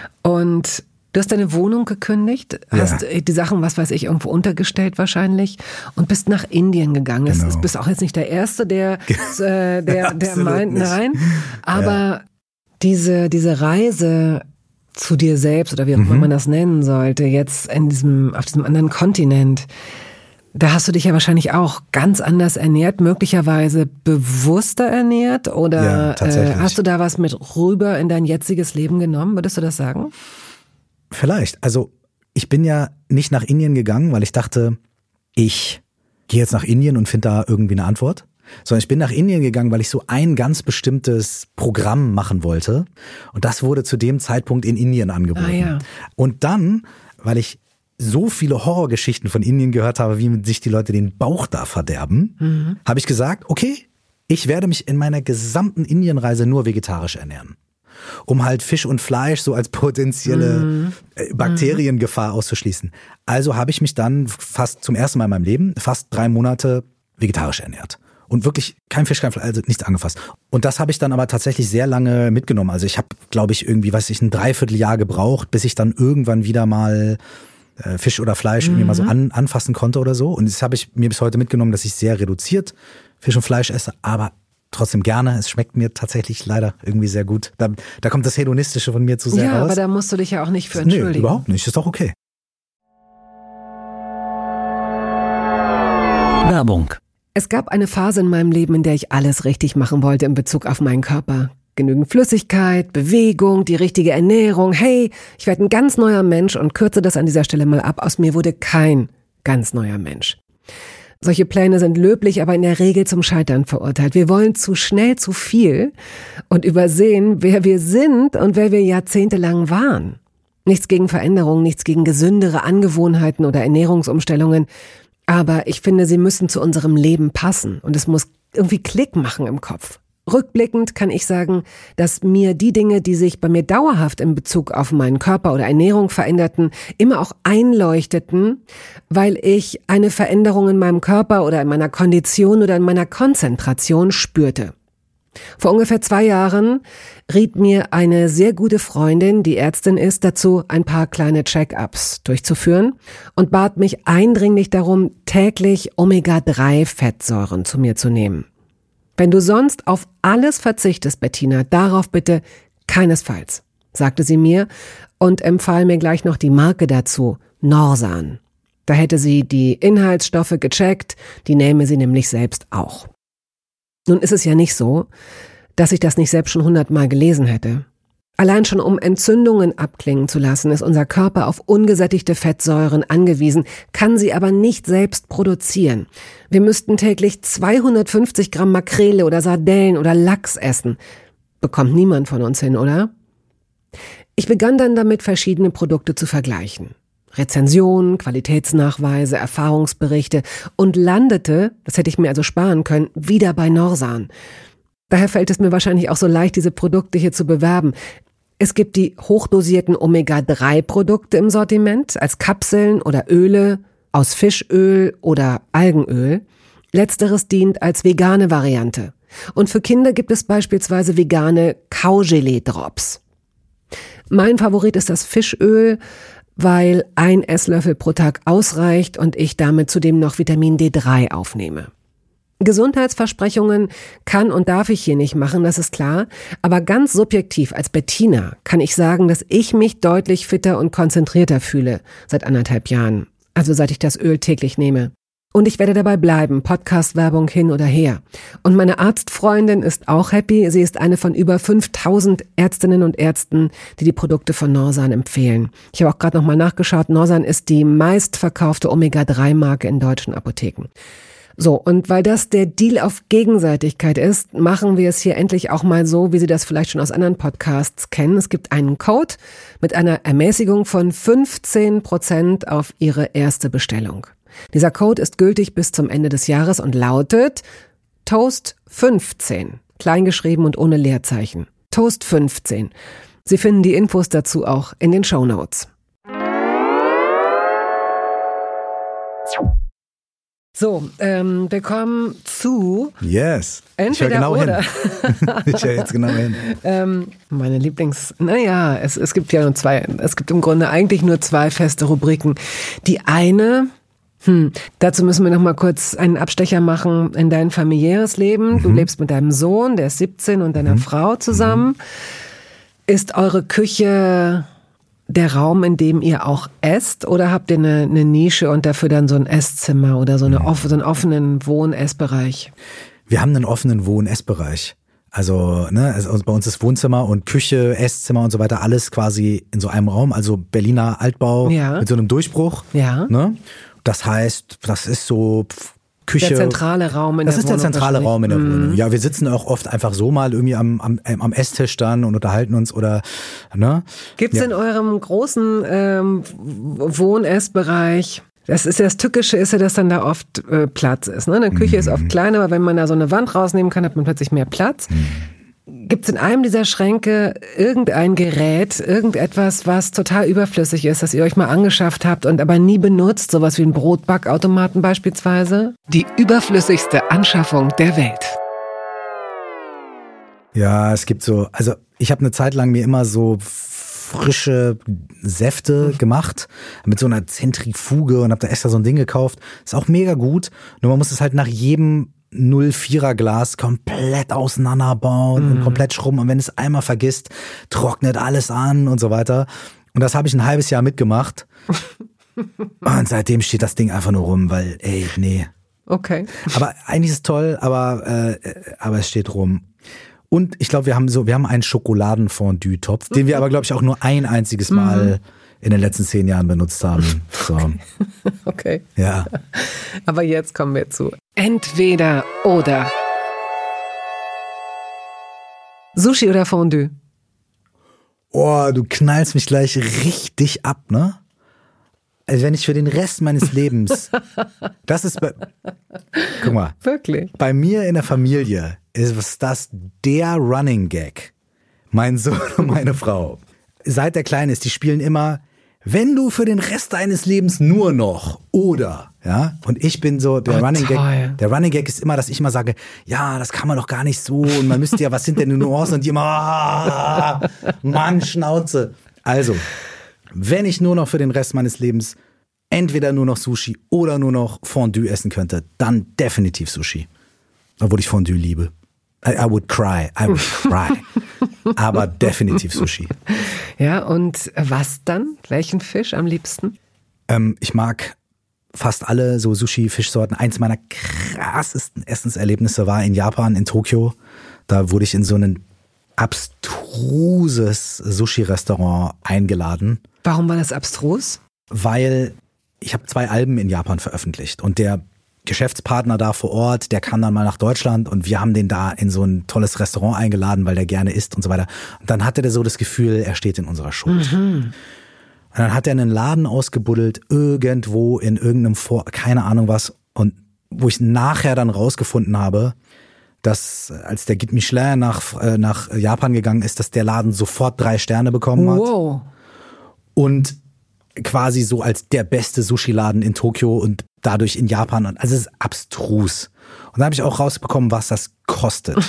und du hast deine Wohnung gekündigt, hast ja. die Sachen, was weiß ich, irgendwo untergestellt wahrscheinlich und bist nach Indien gegangen. Genau. Du bist auch jetzt nicht der Erste, der, äh, der, der meint, nicht. nein. Aber ja. diese, diese Reise zu dir selbst oder wie auch immer mhm. man das nennen sollte, jetzt in diesem, auf diesem anderen Kontinent, da hast du dich ja wahrscheinlich auch ganz anders ernährt, möglicherweise bewusster ernährt oder ja, äh, hast du da was mit rüber in dein jetziges Leben genommen? Würdest du das sagen? Vielleicht. Also ich bin ja nicht nach Indien gegangen, weil ich dachte, ich gehe jetzt nach Indien und finde da irgendwie eine Antwort. Sondern ich bin nach Indien gegangen, weil ich so ein ganz bestimmtes Programm machen wollte. Und das wurde zu dem Zeitpunkt in Indien angeboten. Ah, ja. Und dann, weil ich so viele Horrorgeschichten von Indien gehört habe, wie sich die Leute den Bauch da verderben, mhm. habe ich gesagt, okay, ich werde mich in meiner gesamten Indienreise nur vegetarisch ernähren. Um halt Fisch und Fleisch so als potenzielle mm. Bakteriengefahr auszuschließen. Also habe ich mich dann fast zum ersten Mal in meinem Leben fast drei Monate vegetarisch ernährt. Und wirklich kein Fisch, kein Fleisch, also nichts angefasst. Und das habe ich dann aber tatsächlich sehr lange mitgenommen. Also ich habe, glaube ich, irgendwie, weiß ich, ein Dreivierteljahr gebraucht, bis ich dann irgendwann wieder mal äh, Fisch oder Fleisch mm. irgendwie mal so an, anfassen konnte oder so. Und das habe ich mir bis heute mitgenommen, dass ich sehr reduziert Fisch und Fleisch esse, aber trotzdem gerne. Es schmeckt mir tatsächlich leider irgendwie sehr gut. Da, da kommt das Hedonistische von mir zu sehr ja, raus. Ja, aber da musst du dich ja auch nicht für entschuldigen. Nee, überhaupt nicht. Ist doch okay. Werbung. Es gab eine Phase in meinem Leben, in der ich alles richtig machen wollte in Bezug auf meinen Körper. Genügend Flüssigkeit, Bewegung, die richtige Ernährung. Hey, ich werde ein ganz neuer Mensch und kürze das an dieser Stelle mal ab. Aus mir wurde kein ganz neuer Mensch. Solche Pläne sind löblich, aber in der Regel zum Scheitern verurteilt. Wir wollen zu schnell zu viel und übersehen, wer wir sind und wer wir jahrzehntelang waren. Nichts gegen Veränderungen, nichts gegen gesündere Angewohnheiten oder Ernährungsumstellungen. Aber ich finde, sie müssen zu unserem Leben passen und es muss irgendwie Klick machen im Kopf. Rückblickend kann ich sagen, dass mir die Dinge, die sich bei mir dauerhaft in Bezug auf meinen Körper oder Ernährung veränderten, immer auch einleuchteten, weil ich eine Veränderung in meinem Körper oder in meiner Kondition oder in meiner Konzentration spürte. Vor ungefähr zwei Jahren riet mir eine sehr gute Freundin, die Ärztin ist, dazu, ein paar kleine Check-ups durchzuführen und bat mich eindringlich darum, täglich Omega drei Fettsäuren zu mir zu nehmen. Wenn du sonst auf alles verzichtest, Bettina, darauf bitte keinesfalls, sagte sie mir und empfahl mir gleich noch die Marke dazu, Norsan. Da hätte sie die Inhaltsstoffe gecheckt, die nähme sie nämlich selbst auch. Nun ist es ja nicht so, dass ich das nicht selbst schon hundertmal gelesen hätte. Allein schon um Entzündungen abklingen zu lassen, ist unser Körper auf ungesättigte Fettsäuren angewiesen, kann sie aber nicht selbst produzieren. Wir müssten täglich zweihundertfünfzig Gramm Makrele oder Sardellen oder Lachs essen. Bekommt niemand von uns hin, oder? Ich begann dann damit, verschiedene Produkte zu vergleichen. Rezensionen, Qualitätsnachweise, Erfahrungsberichte und landete, das hätte ich mir also sparen können, wieder bei Norsan. Daher fällt es mir wahrscheinlich auch so leicht, diese Produkte hier zu bewerben. Es gibt die hochdosierten Omega drei Produkte im Sortiment als Kapseln oder Öle aus Fischöl oder Algenöl. Letzteres dient als vegane Variante. Und für Kinder gibt es beispielsweise vegane Kaugelee-Drops. Mein Favorit ist das Fischöl, weil ein Esslöffel pro Tag ausreicht und ich damit zudem noch Vitamin D drei aufnehme. Gesundheitsversprechungen kann und darf ich hier nicht machen, das ist klar, aber ganz subjektiv als Bettina kann ich sagen, dass ich mich deutlich fitter und konzentrierter fühle seit anderthalb Jahren, also seit ich das Öl täglich nehme. Und ich werde dabei bleiben, Podcast-Werbung hin oder her. Und meine Arztfreundin ist auch happy. Sie ist eine von über fünftausend Ärztinnen und Ärzten, die die Produkte von Norsan empfehlen. Ich habe auch gerade nochmal nachgeschaut. Norsan ist die meistverkaufte Omega drei Marke in deutschen Apotheken. So, und weil das der Deal auf Gegenseitigkeit ist, machen wir es hier endlich auch mal so, wie Sie das vielleicht schon aus anderen Podcasts kennen. Es gibt einen Code mit einer Ermäßigung von fünfzehn Prozent auf Ihre erste Bestellung. Dieser Code ist gültig bis zum Ende des Jahres und lautet Toast fünfzehn, kleingeschrieben und ohne Leerzeichen. Toast fünfzehn. Sie finden die Infos dazu auch in den Shownotes. So, ähm, wir kommen zu Yes. Entweder ich genau oder. Hin. Ich höre jetzt genau hin. ähm, meine Lieblings... Naja, es, es gibt ja nur zwei... Es gibt im Grunde eigentlich nur zwei feste Rubriken. Die eine... Hm, dazu müssen wir noch mal kurz einen Abstecher machen in dein familiäres Leben. Mhm. Du lebst mit deinem Sohn, der ist siebzehn, und deiner mhm. Frau zusammen. Mhm. Ist eure Küche der Raum, in dem ihr auch esst, oder habt ihr eine, eine Nische und dafür dann so ein Esszimmer oder so, eine, mhm. so einen offenen Wohn-Essbereich? Wir haben einen offenen Wohn-Essbereich. Also, ne, also bei uns ist Wohnzimmer und Küche, Esszimmer und so weiter, alles quasi in so einem Raum. Also Berliner Altbau ja. mit so einem Durchbruch. Ja. Ne? Das heißt, das ist so Küche. Der zentrale Raum in das der Wohnung. Das ist der zentrale Raum in der mhm. Wohnung. Ja, wir sitzen auch oft einfach so mal irgendwie am, am, am Esstisch dann und unterhalten uns oder, ne. Gibt's ja. in eurem großen ähm, Wohn-Essbereich, das ist ja das Tückische, ist ja, dass dann da oft äh, Platz ist, ne? Eine Küche mhm. ist oft klein, aber wenn man da so eine Wand rausnehmen kann, hat man plötzlich mehr Platz. Mhm. Gibt's in einem dieser Schränke irgendein Gerät, irgendetwas, was total überflüssig ist, das ihr euch mal angeschafft habt und aber nie benutzt, sowas wie ein Brotbackautomaten beispielsweise? Die überflüssigste Anschaffung der Welt. Ja, es gibt so, also ich habe eine Zeit lang mir immer so frische Säfte gemacht mit so einer Zentrifuge und habe da extra so ein Ding gekauft. Ist auch mega gut, nur man muss es halt nach jedem null Komma vierer Glas komplett auseinanderbauen mm. und komplett schrubben. Und wenn es einmal vergisst, trocknet alles an und so weiter. Und das habe ich ein halbes Jahr mitgemacht. Und seitdem steht das Ding einfach nur rum, weil, ey, nee. Okay. Aber eigentlich ist es toll, aber, äh, aber es steht rum. Und ich glaube, wir haben so, wir haben einen Schokoladenfondue-Topf, den wir aber, glaube ich, auch nur ein einziges Mal mm. in den letzten zehn Jahren benutzt haben. So. Okay. Okay. Ja. Aber jetzt kommen wir zu Entweder oder. Sushi oder Fondue? Oh, du knallst mich gleich richtig ab, ne? Also wenn ich für den Rest meines Lebens, das ist, bei, guck mal, wirklich. Bei mir in der Familie ist das der Running Gag. Mein Sohn und meine Frau, seit der klein ist, die spielen immer, wenn du für den Rest deines Lebens nur noch oder, ja, und ich bin so, der oh, Running toll. Gag, der Running Gag ist immer, dass ich immer sage, ja, das kann man doch gar nicht so und man müsste ja, was sind denn die Nuancen und die immer, ah, Mann, Schnauze. Also, wenn ich nur noch für den Rest meines Lebens entweder nur noch Sushi oder nur noch Fondue essen könnte, dann definitiv Sushi. Obwohl ich Fondue liebe. I, I would cry, I would cry. Aber definitiv Sushi. Ja, und was dann? Welchen Fisch am liebsten? Ähm, ich mag fast alle so Sushi-Fischsorten. Eins meiner krassesten Essenserlebnisse war in Japan, in Tokio. Da wurde ich in so ein abstruses Sushi-Restaurant eingeladen. Warum war das abstrus? Weil ich habe zwei Alben in Japan veröffentlicht und der Geschäftspartner da vor Ort, der kam dann mal nach Deutschland und wir haben den da in so ein tolles Restaurant eingeladen, weil der gerne isst und so weiter. Und dann hatte der so das Gefühl, er steht in unserer Schuld. Mhm. Und dann hat er einen Laden ausgebuddelt, irgendwo in irgendeinem Vor, keine Ahnung was. Und wo ich nachher dann rausgefunden habe, dass als der Guide Michelin nach, äh, nach Japan gegangen ist, dass der Laden sofort drei Sterne bekommen hat. Wow. Und quasi so als der beste Sushi-Laden in Tokio und dadurch in Japan. Und also es ist abstrus. Und da habe ich auch rausbekommen, was das kostet.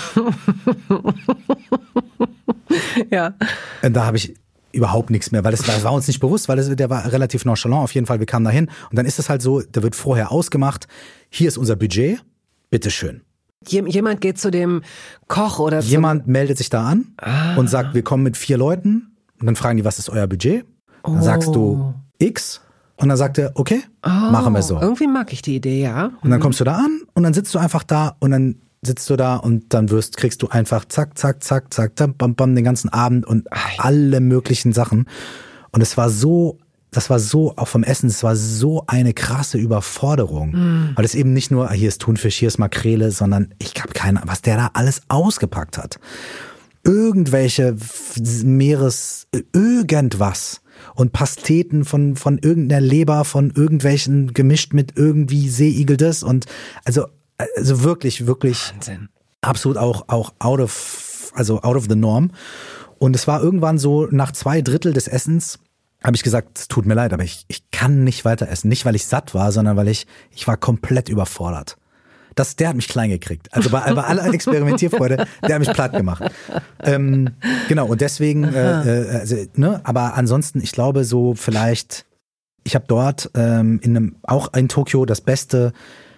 Ja. Und da habe ich überhaupt nichts mehr, weil das war, das war uns nicht bewusst, weil das, der war relativ nonchalant. Auf jeden Fall, wir kamen da hin. Und dann ist es halt so, da wird vorher ausgemacht, hier ist unser Budget, bitteschön. Jemand geht zu dem Koch oder Jemand meldet sich da an ah. und sagt, wir kommen mit vier Leuten. Und dann fragen die, was ist euer Budget? Dann oh. sagst du X und dann sagt er, okay, oh. machen wir so. Irgendwie mag ich die Idee, ja. Und dann kommst du da an und dann sitzt du einfach da und dann sitzt du da und dann wirst, kriegst du einfach zack, zack, zack, zack, zack, bam, bam, den ganzen Abend und alle möglichen Sachen. Und es war so, das war so, auch vom Essen, es war so eine krasse Überforderung. Mm. Weil es eben nicht nur, hier ist Thunfisch, hier ist Makrele, sondern ich habe keine Ahnung, was der da alles ausgepackt hat. Irgendwelche Meeres, irgendwas. Und Pasteten von, von irgendeiner Leber, von irgendwelchen gemischt mit irgendwie Seeigel das und also, also wirklich, wirklich Wahnsinn. Absolut auch, auch out of, also out of the norm. Und es war irgendwann so, nach zwei Drittel des Essens habe ich gesagt, es tut mir leid, aber ich, ich kann nicht weiter essen. Nicht, weil ich satt war, sondern weil ich, ich war komplett überfordert. Das, der hat mich klein gekriegt. Also bei, bei aller Experimentierfreude, der hat mich platt gemacht. Ähm, genau, und deswegen, äh, äh, also, ne, aber ansonsten, ich glaube so vielleicht, ich habe dort ähm, in einem, auch in Tokio das beste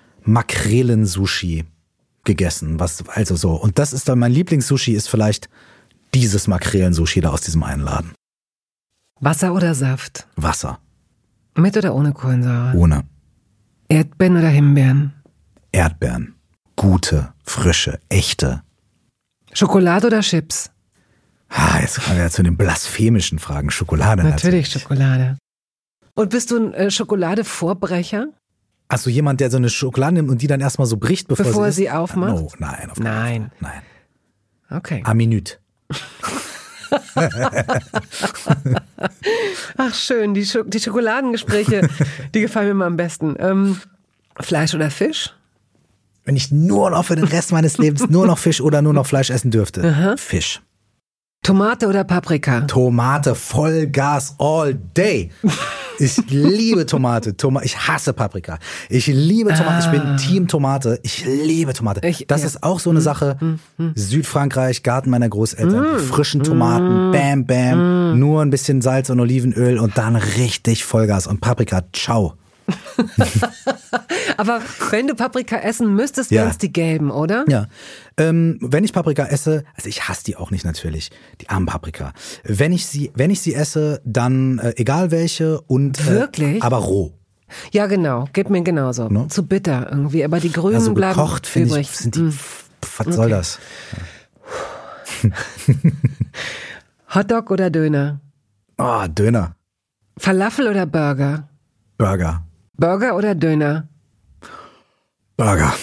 Makrelen-Sushi gegessen. Was, also so. Und das ist dann, mein Lieblings-Sushi ist vielleicht dieses Makrelen-Sushi da aus diesem einen Laden. Wasser oder Saft? Wasser. Mit oder ohne Kohlensäure? Ohne. Erdbeeren oder Himbeeren? Erdbeeren. Gute, frische, echte. Schokolade oder Chips? Ah, jetzt kommen wir ja zu den blasphemischen Fragen. Schokolade natürlich. Natürlich Schokolade. Und bist du ein äh, Schokolade-Vorbrecher? Also jemand, der so eine Schokolade nimmt und die dann erstmal so bricht, bevor, bevor sie, sie aufmacht? Oh, nein, auf Nein. Fall. Nein. Okay. A minute. Ach schön, die, Sch- die Schokoladengespräche, die gefallen mir mal am besten. Ähm, Fleisch oder Fisch? Wenn ich nur noch für den Rest meines Lebens nur noch Fisch oder nur noch Fleisch essen dürfte, Aha. Fisch. Tomate oder Paprika? Tomate, Vollgas, all day. Ich liebe Tomate. Toma- ich hasse Paprika. Ich liebe Tomate. Ah. Ich bin Team Tomate. Ich liebe Tomate. Ich, das ja. ist auch so eine Sache. Mm, mm. Südfrankreich, Garten meiner Großeltern. Mm. Die frischen Tomaten, mm. bam, bam. Mm. Nur ein bisschen Salz und Olivenöl und dann richtig Vollgas. Und Paprika, ciao. Aber wenn du Paprika essen müsstest, wären es ja. die gelben, oder? Ja. Ähm, wenn ich Paprika esse, also ich hasse die auch nicht natürlich, die armen Paprika. Wenn ich sie, wenn ich sie esse, dann äh, egal welche und Wirklich? Äh, aber roh. Ja, genau. Geht mir genauso. No? Zu bitter irgendwie. Aber die Grünen also bleiben gekocht, finde übrig. Ich, sind die, mm. Was okay. soll das? Ja. Hotdog oder Döner? Oh, Döner. Falafel oder Burger? Burger. Burger oder Döner? Burger.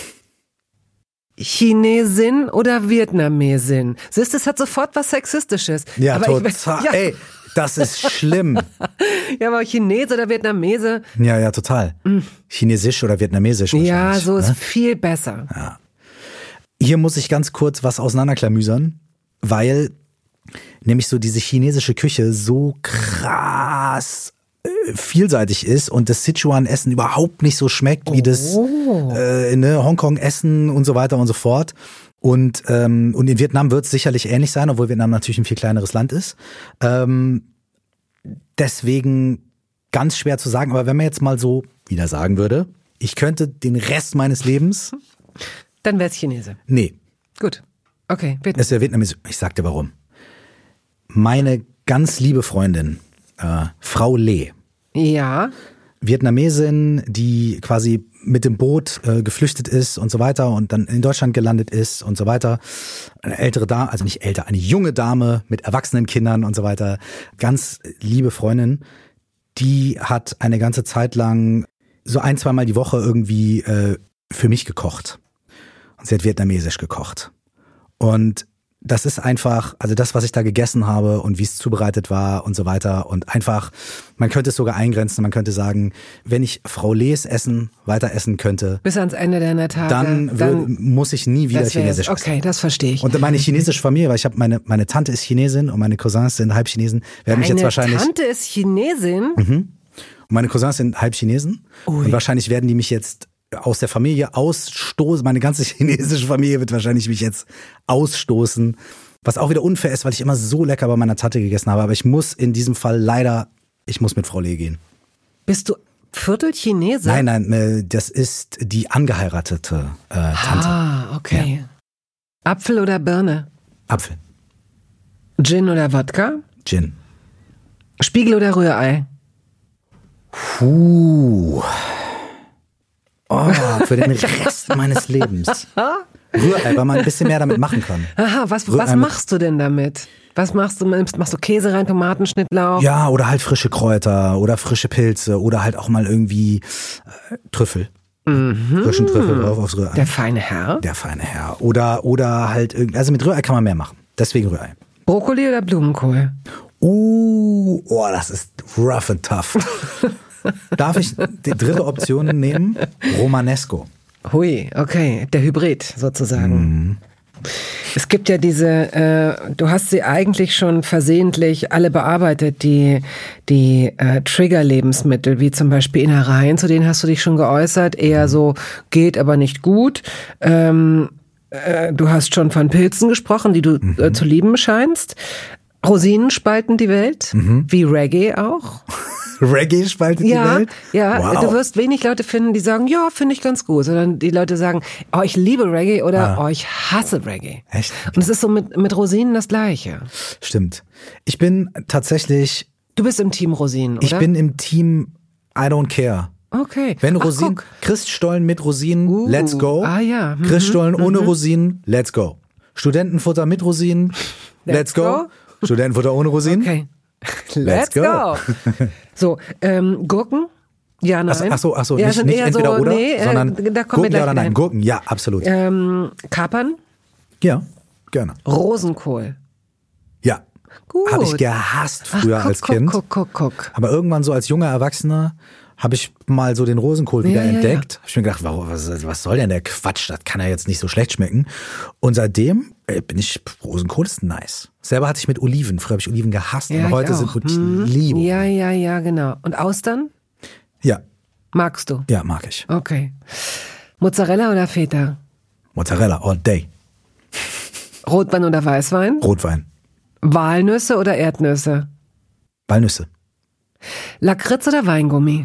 Chinesin oder Vietnamesin? Siehst du, es hat sofort was Sexistisches. Ja, aber total. Ich, ja. Ey, Das ist schlimm. Ja, aber Chinese oder Vietnamese? Ja, ja, total. Mm. Chinesisch oder Vietnamesisch wahrscheinlich. Ja, so ist ne? viel besser. Ja. Hier muss ich ganz kurz was auseinanderklamüsern, weil nämlich so diese chinesische Küche so krass äh, vielseitig ist und das Sichuan-Essen überhaupt nicht so schmeckt wie das Oh. äh, ne, Hongkong-Essen und so weiter und so fort. Und, ähm, und in Vietnam wird es sicherlich ähnlich sein, obwohl Vietnam natürlich ein viel kleineres Land ist. Ähm, deswegen ganz schwer zu sagen, aber wenn man jetzt mal so wieder sagen würde, ich könnte den Rest meines Lebens... Dann wär's Chinese. Nee. Gut. Okay, Vietnam. Es wäre Vietnamesisch. Ich sag dir warum. Meine ganz liebe Freundin, äh, Frau Lee, Ja. Vietnamesin, die quasi mit dem Boot äh, geflüchtet ist und so weiter und dann in Deutschland gelandet ist und so weiter. Eine ältere Dame, also nicht älter, eine junge Dame mit erwachsenen Kindern und so weiter. Ganz liebe Freundin, die hat eine ganze Zeit lang so ein, zweimal die Woche irgendwie äh, für mich gekocht. Und sie hat vietnamesisch gekocht. Und das ist einfach, also das, was ich da gegessen habe und wie es zubereitet war und so weiter und einfach, man könnte es sogar eingrenzen, man könnte sagen, wenn ich Frau Lees Essen weiter essen könnte, bis ans Ende deiner Tage. dann, dann würd, muss ich nie wieder das wär's. Chinesisch essen. Okay, das verstehe ich. Und meine chinesische Familie, weil ich habe meine meine Tante ist Chinesin und meine Cousins sind halb Chinesen, werden mich Deine jetzt wahrscheinlich Tante ist Chinesin? mhm. Und meine Cousins sind halb Chinesen Ui. und wahrscheinlich werden die mich jetzt aus der Familie ausstoßen. Meine ganze chinesische Familie wird wahrscheinlich mich jetzt ausstoßen. Was auch wieder unfair ist, weil ich immer so lecker bei meiner Tante gegessen habe. Aber ich muss in diesem Fall leider, ich muss mit Frau Lee gehen. Bist du Viertel Chinese? Nein, nein, äh, das ist die angeheiratete äh, Tante. Ah, okay. Ja. Apfel oder Birne? Apfel. Gin oder Wodka? Gin. Spiegel oder Rührei? Puh. Oh, für den Rest meines Lebens. Rührei, weil man ein bisschen mehr damit machen kann. Aha, was, Rührei was mit- machst du denn damit? Was machst du? Machst du Käse rein, Tomaten, Schnittlauch? Ja, oder halt frische Kräuter oder frische Pilze oder halt auch mal irgendwie äh, Trüffel. Mhm. Frischen Trüffel drauf aufs Rührei. Der feine Herr? Der feine Herr. Oder, oder halt irgendwie, also mit Rührei kann man mehr machen. Deswegen Rührei. Brokkoli oder Blumenkohl? Uh, oh, das ist rough and tough. Darf ich die dritte Option nehmen? Romanesco. Hui, okay, der Hybrid sozusagen. Mhm. Es gibt ja diese, äh, du hast sie eigentlich schon versehentlich alle bearbeitet, die, die äh, Trigger-Lebensmittel, wie zum Beispiel Innereien, zu denen hast du dich schon geäußert, eher so geht, aber nicht gut. Ähm, äh, du hast schon von Pilzen gesprochen, die du äh, zu lieben scheinst. Rosinen spalten die Welt, Mhm. wie Reggae auch. Reggae spaltet Ja, die Welt? ja, Wow. du wirst wenig Leute finden, die sagen, ja, finde ich ganz gut, sondern die Leute sagen, oh, ich liebe Reggae oder Ah. oh, ich hasse Reggae. Echt? Und es ist so mit, mit Rosinen das Gleiche. Stimmt. Ich bin tatsächlich, Du bist im Team Rosinen, oder? ich bin im Team I don't care. Okay. Wenn Ach, Rosinen, guck. Christstollen mit Rosinen, Uh, let's go. ah ja, mhm, Christstollen ohne Rosinen, let's go. Studentenfutter mit Rosinen, let's, Let's go. go. Studentenfutter ohne Rosinen, Okay. let's go. So, ähm, Gurken? Ja, nein. Ach, ach so, ach so, ja, nicht, sind nicht eher entweder so, oder, nee, äh, sondern da kommen wir Gurken gleich ja oder nein? rein. Gurken, ja, absolut. Ähm, Kapern? Ja, gerne. Rosenkohl. Ja, Gut. habe ich gehasst früher Ach, guck, als guck, Kind. Guck, guck, guck. Aber irgendwann so als junger Erwachsener habe ich mal so den Rosenkohl wieder Ja, ja, entdeckt. Habe ich mir gedacht, warum, was, was soll denn der Quatsch? Das kann ja jetzt nicht so schlecht schmecken. Und seitdem äh, bin ich, Rosenkohl ist nice. Selber hatte ich mit Oliven. Früher habe ich Oliven gehasst. Ja, aber ich heute auch. sind ich Hm. liebe. Ja, ja, ja, genau. Und Austern? ja, Magst du? ja, mag ich. Okay. Mozzarella oder Feta? Mozzarella all day. Rotwein oder Weißwein? Rotwein. Walnüsse oder Erdnüsse? Walnüsse. Lakritz oder Weingummi?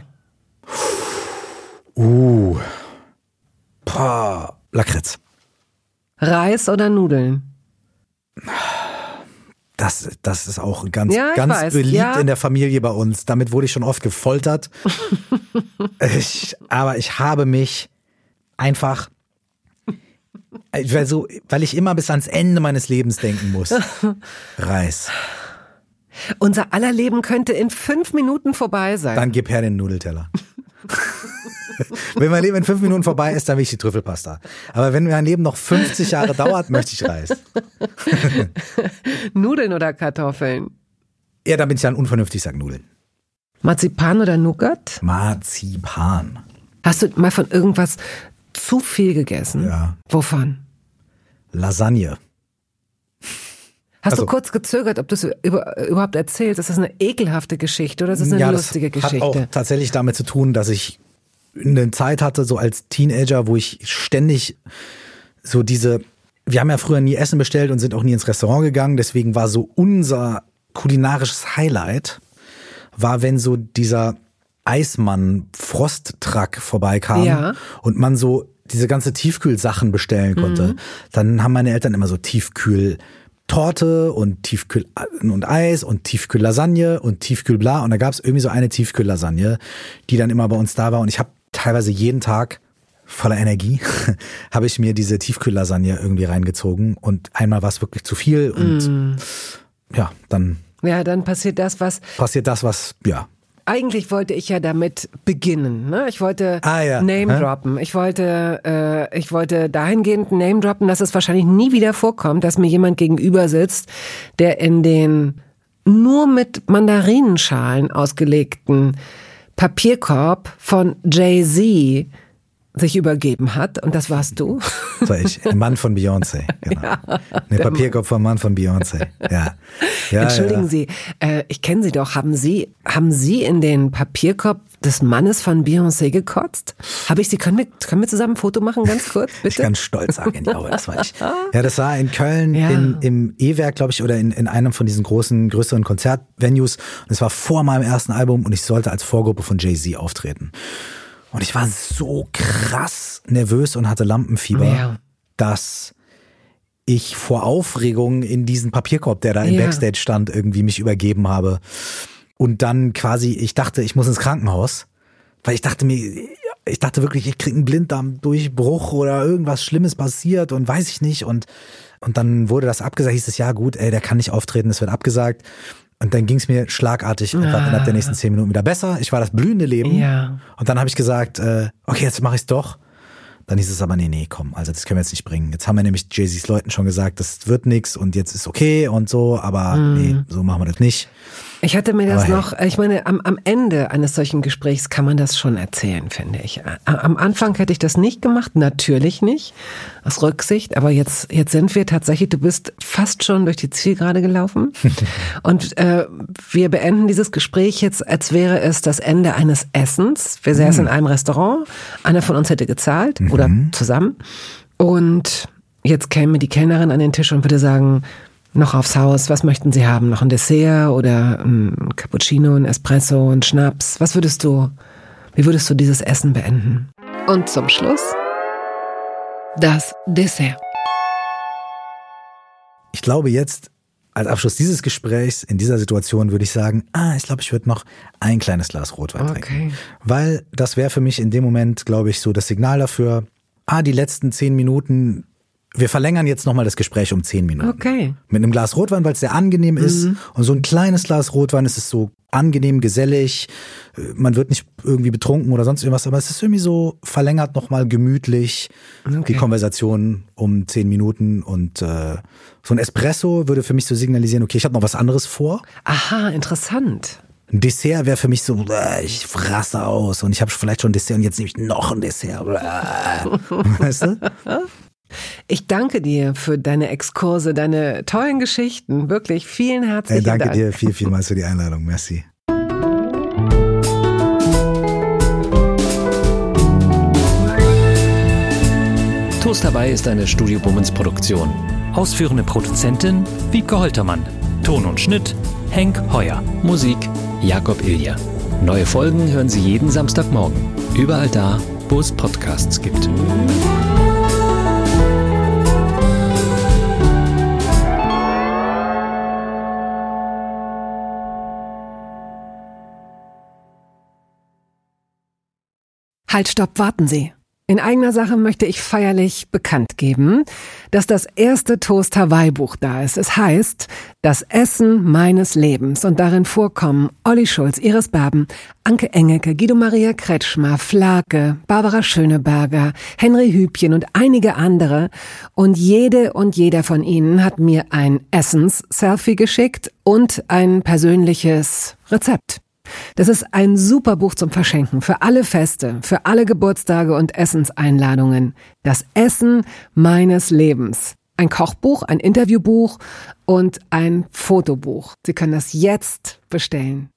Uh. Pah. Lakritz. Reis oder Nudeln? Das, das ist auch ganz, Ja, ich ganz weiß. beliebt Ja. in der Familie bei uns. Damit wurde ich schon oft gefoltert. ich, aber ich habe mich einfach, weil, so, weil ich immer bis ans Ende meines Lebens denken muss. Reis. Unser aller Leben könnte in fünf Minuten vorbei sein. Dann gib her den Nudelteller. Wenn mein Leben in fünf Minuten vorbei ist, dann will ich die Trüffelpasta. Aber wenn mein Leben noch fünfzig Jahre dauert, möchte ich Reis. Nudeln oder Kartoffeln? Ja, da bin ich dann unvernünftig, sag Nudeln. Marzipan oder Nougat? Marzipan. Hast du mal von irgendwas zu viel gegessen? Ja. Wovon? Lasagne. Hast Also, du kurz gezögert, ob du es über, überhaupt erzählst? Ist das eine ekelhafte Geschichte oder ist das eine ja, lustige das Geschichte? hat auch tatsächlich damit zu tun, dass ich eine Zeit hatte, so als Teenager, wo ich ständig so diese, wir haben ja früher nie Essen bestellt und sind auch nie ins Restaurant gegangen, deswegen war so unser kulinarisches Highlight, war, wenn so dieser Eismann-Frosttruck vorbeikam Ja. und man so diese ganze Tiefkühlsachen bestellen konnte. Mhm. Dann haben meine Eltern immer so Tiefkühl Torte und Tiefkühl und Eis und Tiefkühl-Lasagne und Tiefkühl-Bla. Und da gab es irgendwie so eine Tiefkühl-Lasagne, die dann immer bei uns da war. Und ich habe teilweise jeden Tag voller Energie habe ich mir diese Tiefkühl-Lasagne irgendwie reingezogen. Und einmal war es wirklich zu viel. Und mm. ja, dann... Ja, dann passiert das, was... Passiert das, was... Ja. Eigentlich wollte ich ja damit beginnen. Ne? Ich wollte ah, ja. Name droppen. Ich wollte, äh, ich wollte dahingehend Name droppen, dass es wahrscheinlich nie wieder vorkommt, dass mir jemand gegenüber sitzt, der in den nur mit Mandarinenschalen ausgelegten Papierkorb von Jay-Z sich übergeben hat. Und das warst du. Das war ich. Ein Mann von Beyoncé. Genau. Ja, der Papierkorb vom Mann von Beyoncé. Ja. Ja, Entschuldigen ja. Sie, äh, ich kenne Sie doch. Haben Sie, haben Sie in den Papierkorb des Mannes von Beyoncé gekotzt? Habe ich Sie, können wir, können wir zusammen ein Foto machen, ganz kurz, bitte? Ich kann stolz sagen, ja, das war ich. Ja, das war in Köln, ja. in, im E-Werk, glaube ich, oder in, in einem von diesen großen, größeren Konzertvenues. Und es war vor meinem ersten Album und ich sollte als Vorgruppe von Jay-Z auftreten. Und ich war so krass nervös und hatte Lampenfieber, ja. dass ich vor Aufregung in diesen Papierkorb, der da im ja. Backstage stand, irgendwie mich übergeben habe. Und dann quasi, ich dachte, ich muss ins Krankenhaus, weil ich dachte mir, ich dachte wirklich, ich kriege einen Blinddarmdurchbruch oder irgendwas Schlimmes passiert und weiß ich nicht. Und, und dann wurde das abgesagt, hieß es, ja gut, ey, der kann nicht auftreten, das wird abgesagt. Und dann ging es mir schlagartig ah. innerhalb der nächsten zehn Minuten wieder besser. Ich war das blühende Leben. Ja. Und dann habe ich gesagt, äh, okay, jetzt mache ich es doch. Dann hieß es aber, nee, nee, komm, also das können wir jetzt nicht bringen. Jetzt haben wir nämlich Jay-Z's Leuten schon gesagt, das wird nix und jetzt ist okay und so, aber mm. nee, so machen wir das nicht. Ich hatte mir das aber noch, hey. ich meine, am, am Ende eines solchen Gesprächs kann man das schon erzählen, finde ich. Am Anfang hätte ich das nicht gemacht, natürlich nicht, aus Rücksicht, aber jetzt, jetzt sind wir tatsächlich, du bist fast schon durch die Zielgerade gelaufen und äh, wir beenden dieses Gespräch jetzt, als wäre es das Ende eines Essens. Wir säßen mm. in einem Restaurant, einer von uns hätte gezahlt mm. oder zusammen und jetzt käme die Kellnerin an den Tisch und würde sagen, noch aufs Haus, was möchten Sie haben? Noch ein Dessert oder ein Cappuccino, ein Espresso, ein Schnaps? Was würdest du, wie würdest du dieses Essen beenden? Und zum Schluss das Dessert. Ich glaube jetzt, als Abschluss dieses Gesprächs, in dieser Situation würde ich sagen, ah, ich glaube, ich würde noch ein kleines Glas Rotwein okay. trinken. Weil das wäre für mich in dem Moment, glaube ich, so das Signal dafür, ah, die letzten zehn Minuten, wir verlängern jetzt nochmal das Gespräch um zehn Minuten. Okay. Mit einem Glas Rotwein, weil es sehr angenehm ist. Mhm. Und so ein kleines Glas Rotwein, es ist so angenehm, gesellig. Man wird nicht irgendwie betrunken oder sonst irgendwas, aber es ist irgendwie so verlängert nochmal gemütlich okay. die Konversation um zehn Minuten. Und äh, so ein Espresso würde für mich so signalisieren, okay, ich habe noch was anderes vor. Aha, interessant. Ein Dessert wäre für mich so, äh, ich frasse aus und ich habe vielleicht schon ein Dessert und jetzt nehme ich noch ein Dessert. Weißt du? Ich danke dir für deine Exkurse, deine tollen Geschichten. Wirklich, vielen herzlichen Dank. Danke Dank. dir viel, vielmals für die Einladung. Merci. Toast dabei ist eine Studio Bummens Produktion. Ausführende Produzentin Wiebke Holtermann. Ton und Schnitt Henk Heuer. Musik Jakob Ilja. Neue Folgen hören Sie jeden Samstagmorgen. Überall da, wo es Podcasts gibt. Halt, stopp, warten Sie. In eigener Sache möchte ich feierlich bekannt geben, dass das erste Toast Hawaii Buch da ist. Es heißt Das Essen meines Lebens und darin vorkommen Olli Schulz, Iris Berben, Anke Engelke, Guido Maria Kretschmer, Flake, Barbara Schöneberger, Henry Hübchen und einige andere. Und jede und jeder von ihnen hat mir ein Essens-Selfie geschickt und ein persönliches Rezept. Das ist ein super Buch zum Verschenken für alle Feste, für alle Geburtstage und Essenseinladungen. Das Essen meines Lebens. Ein Kochbuch, ein Interviewbuch und ein Fotobuch. Sie können das jetzt bestellen.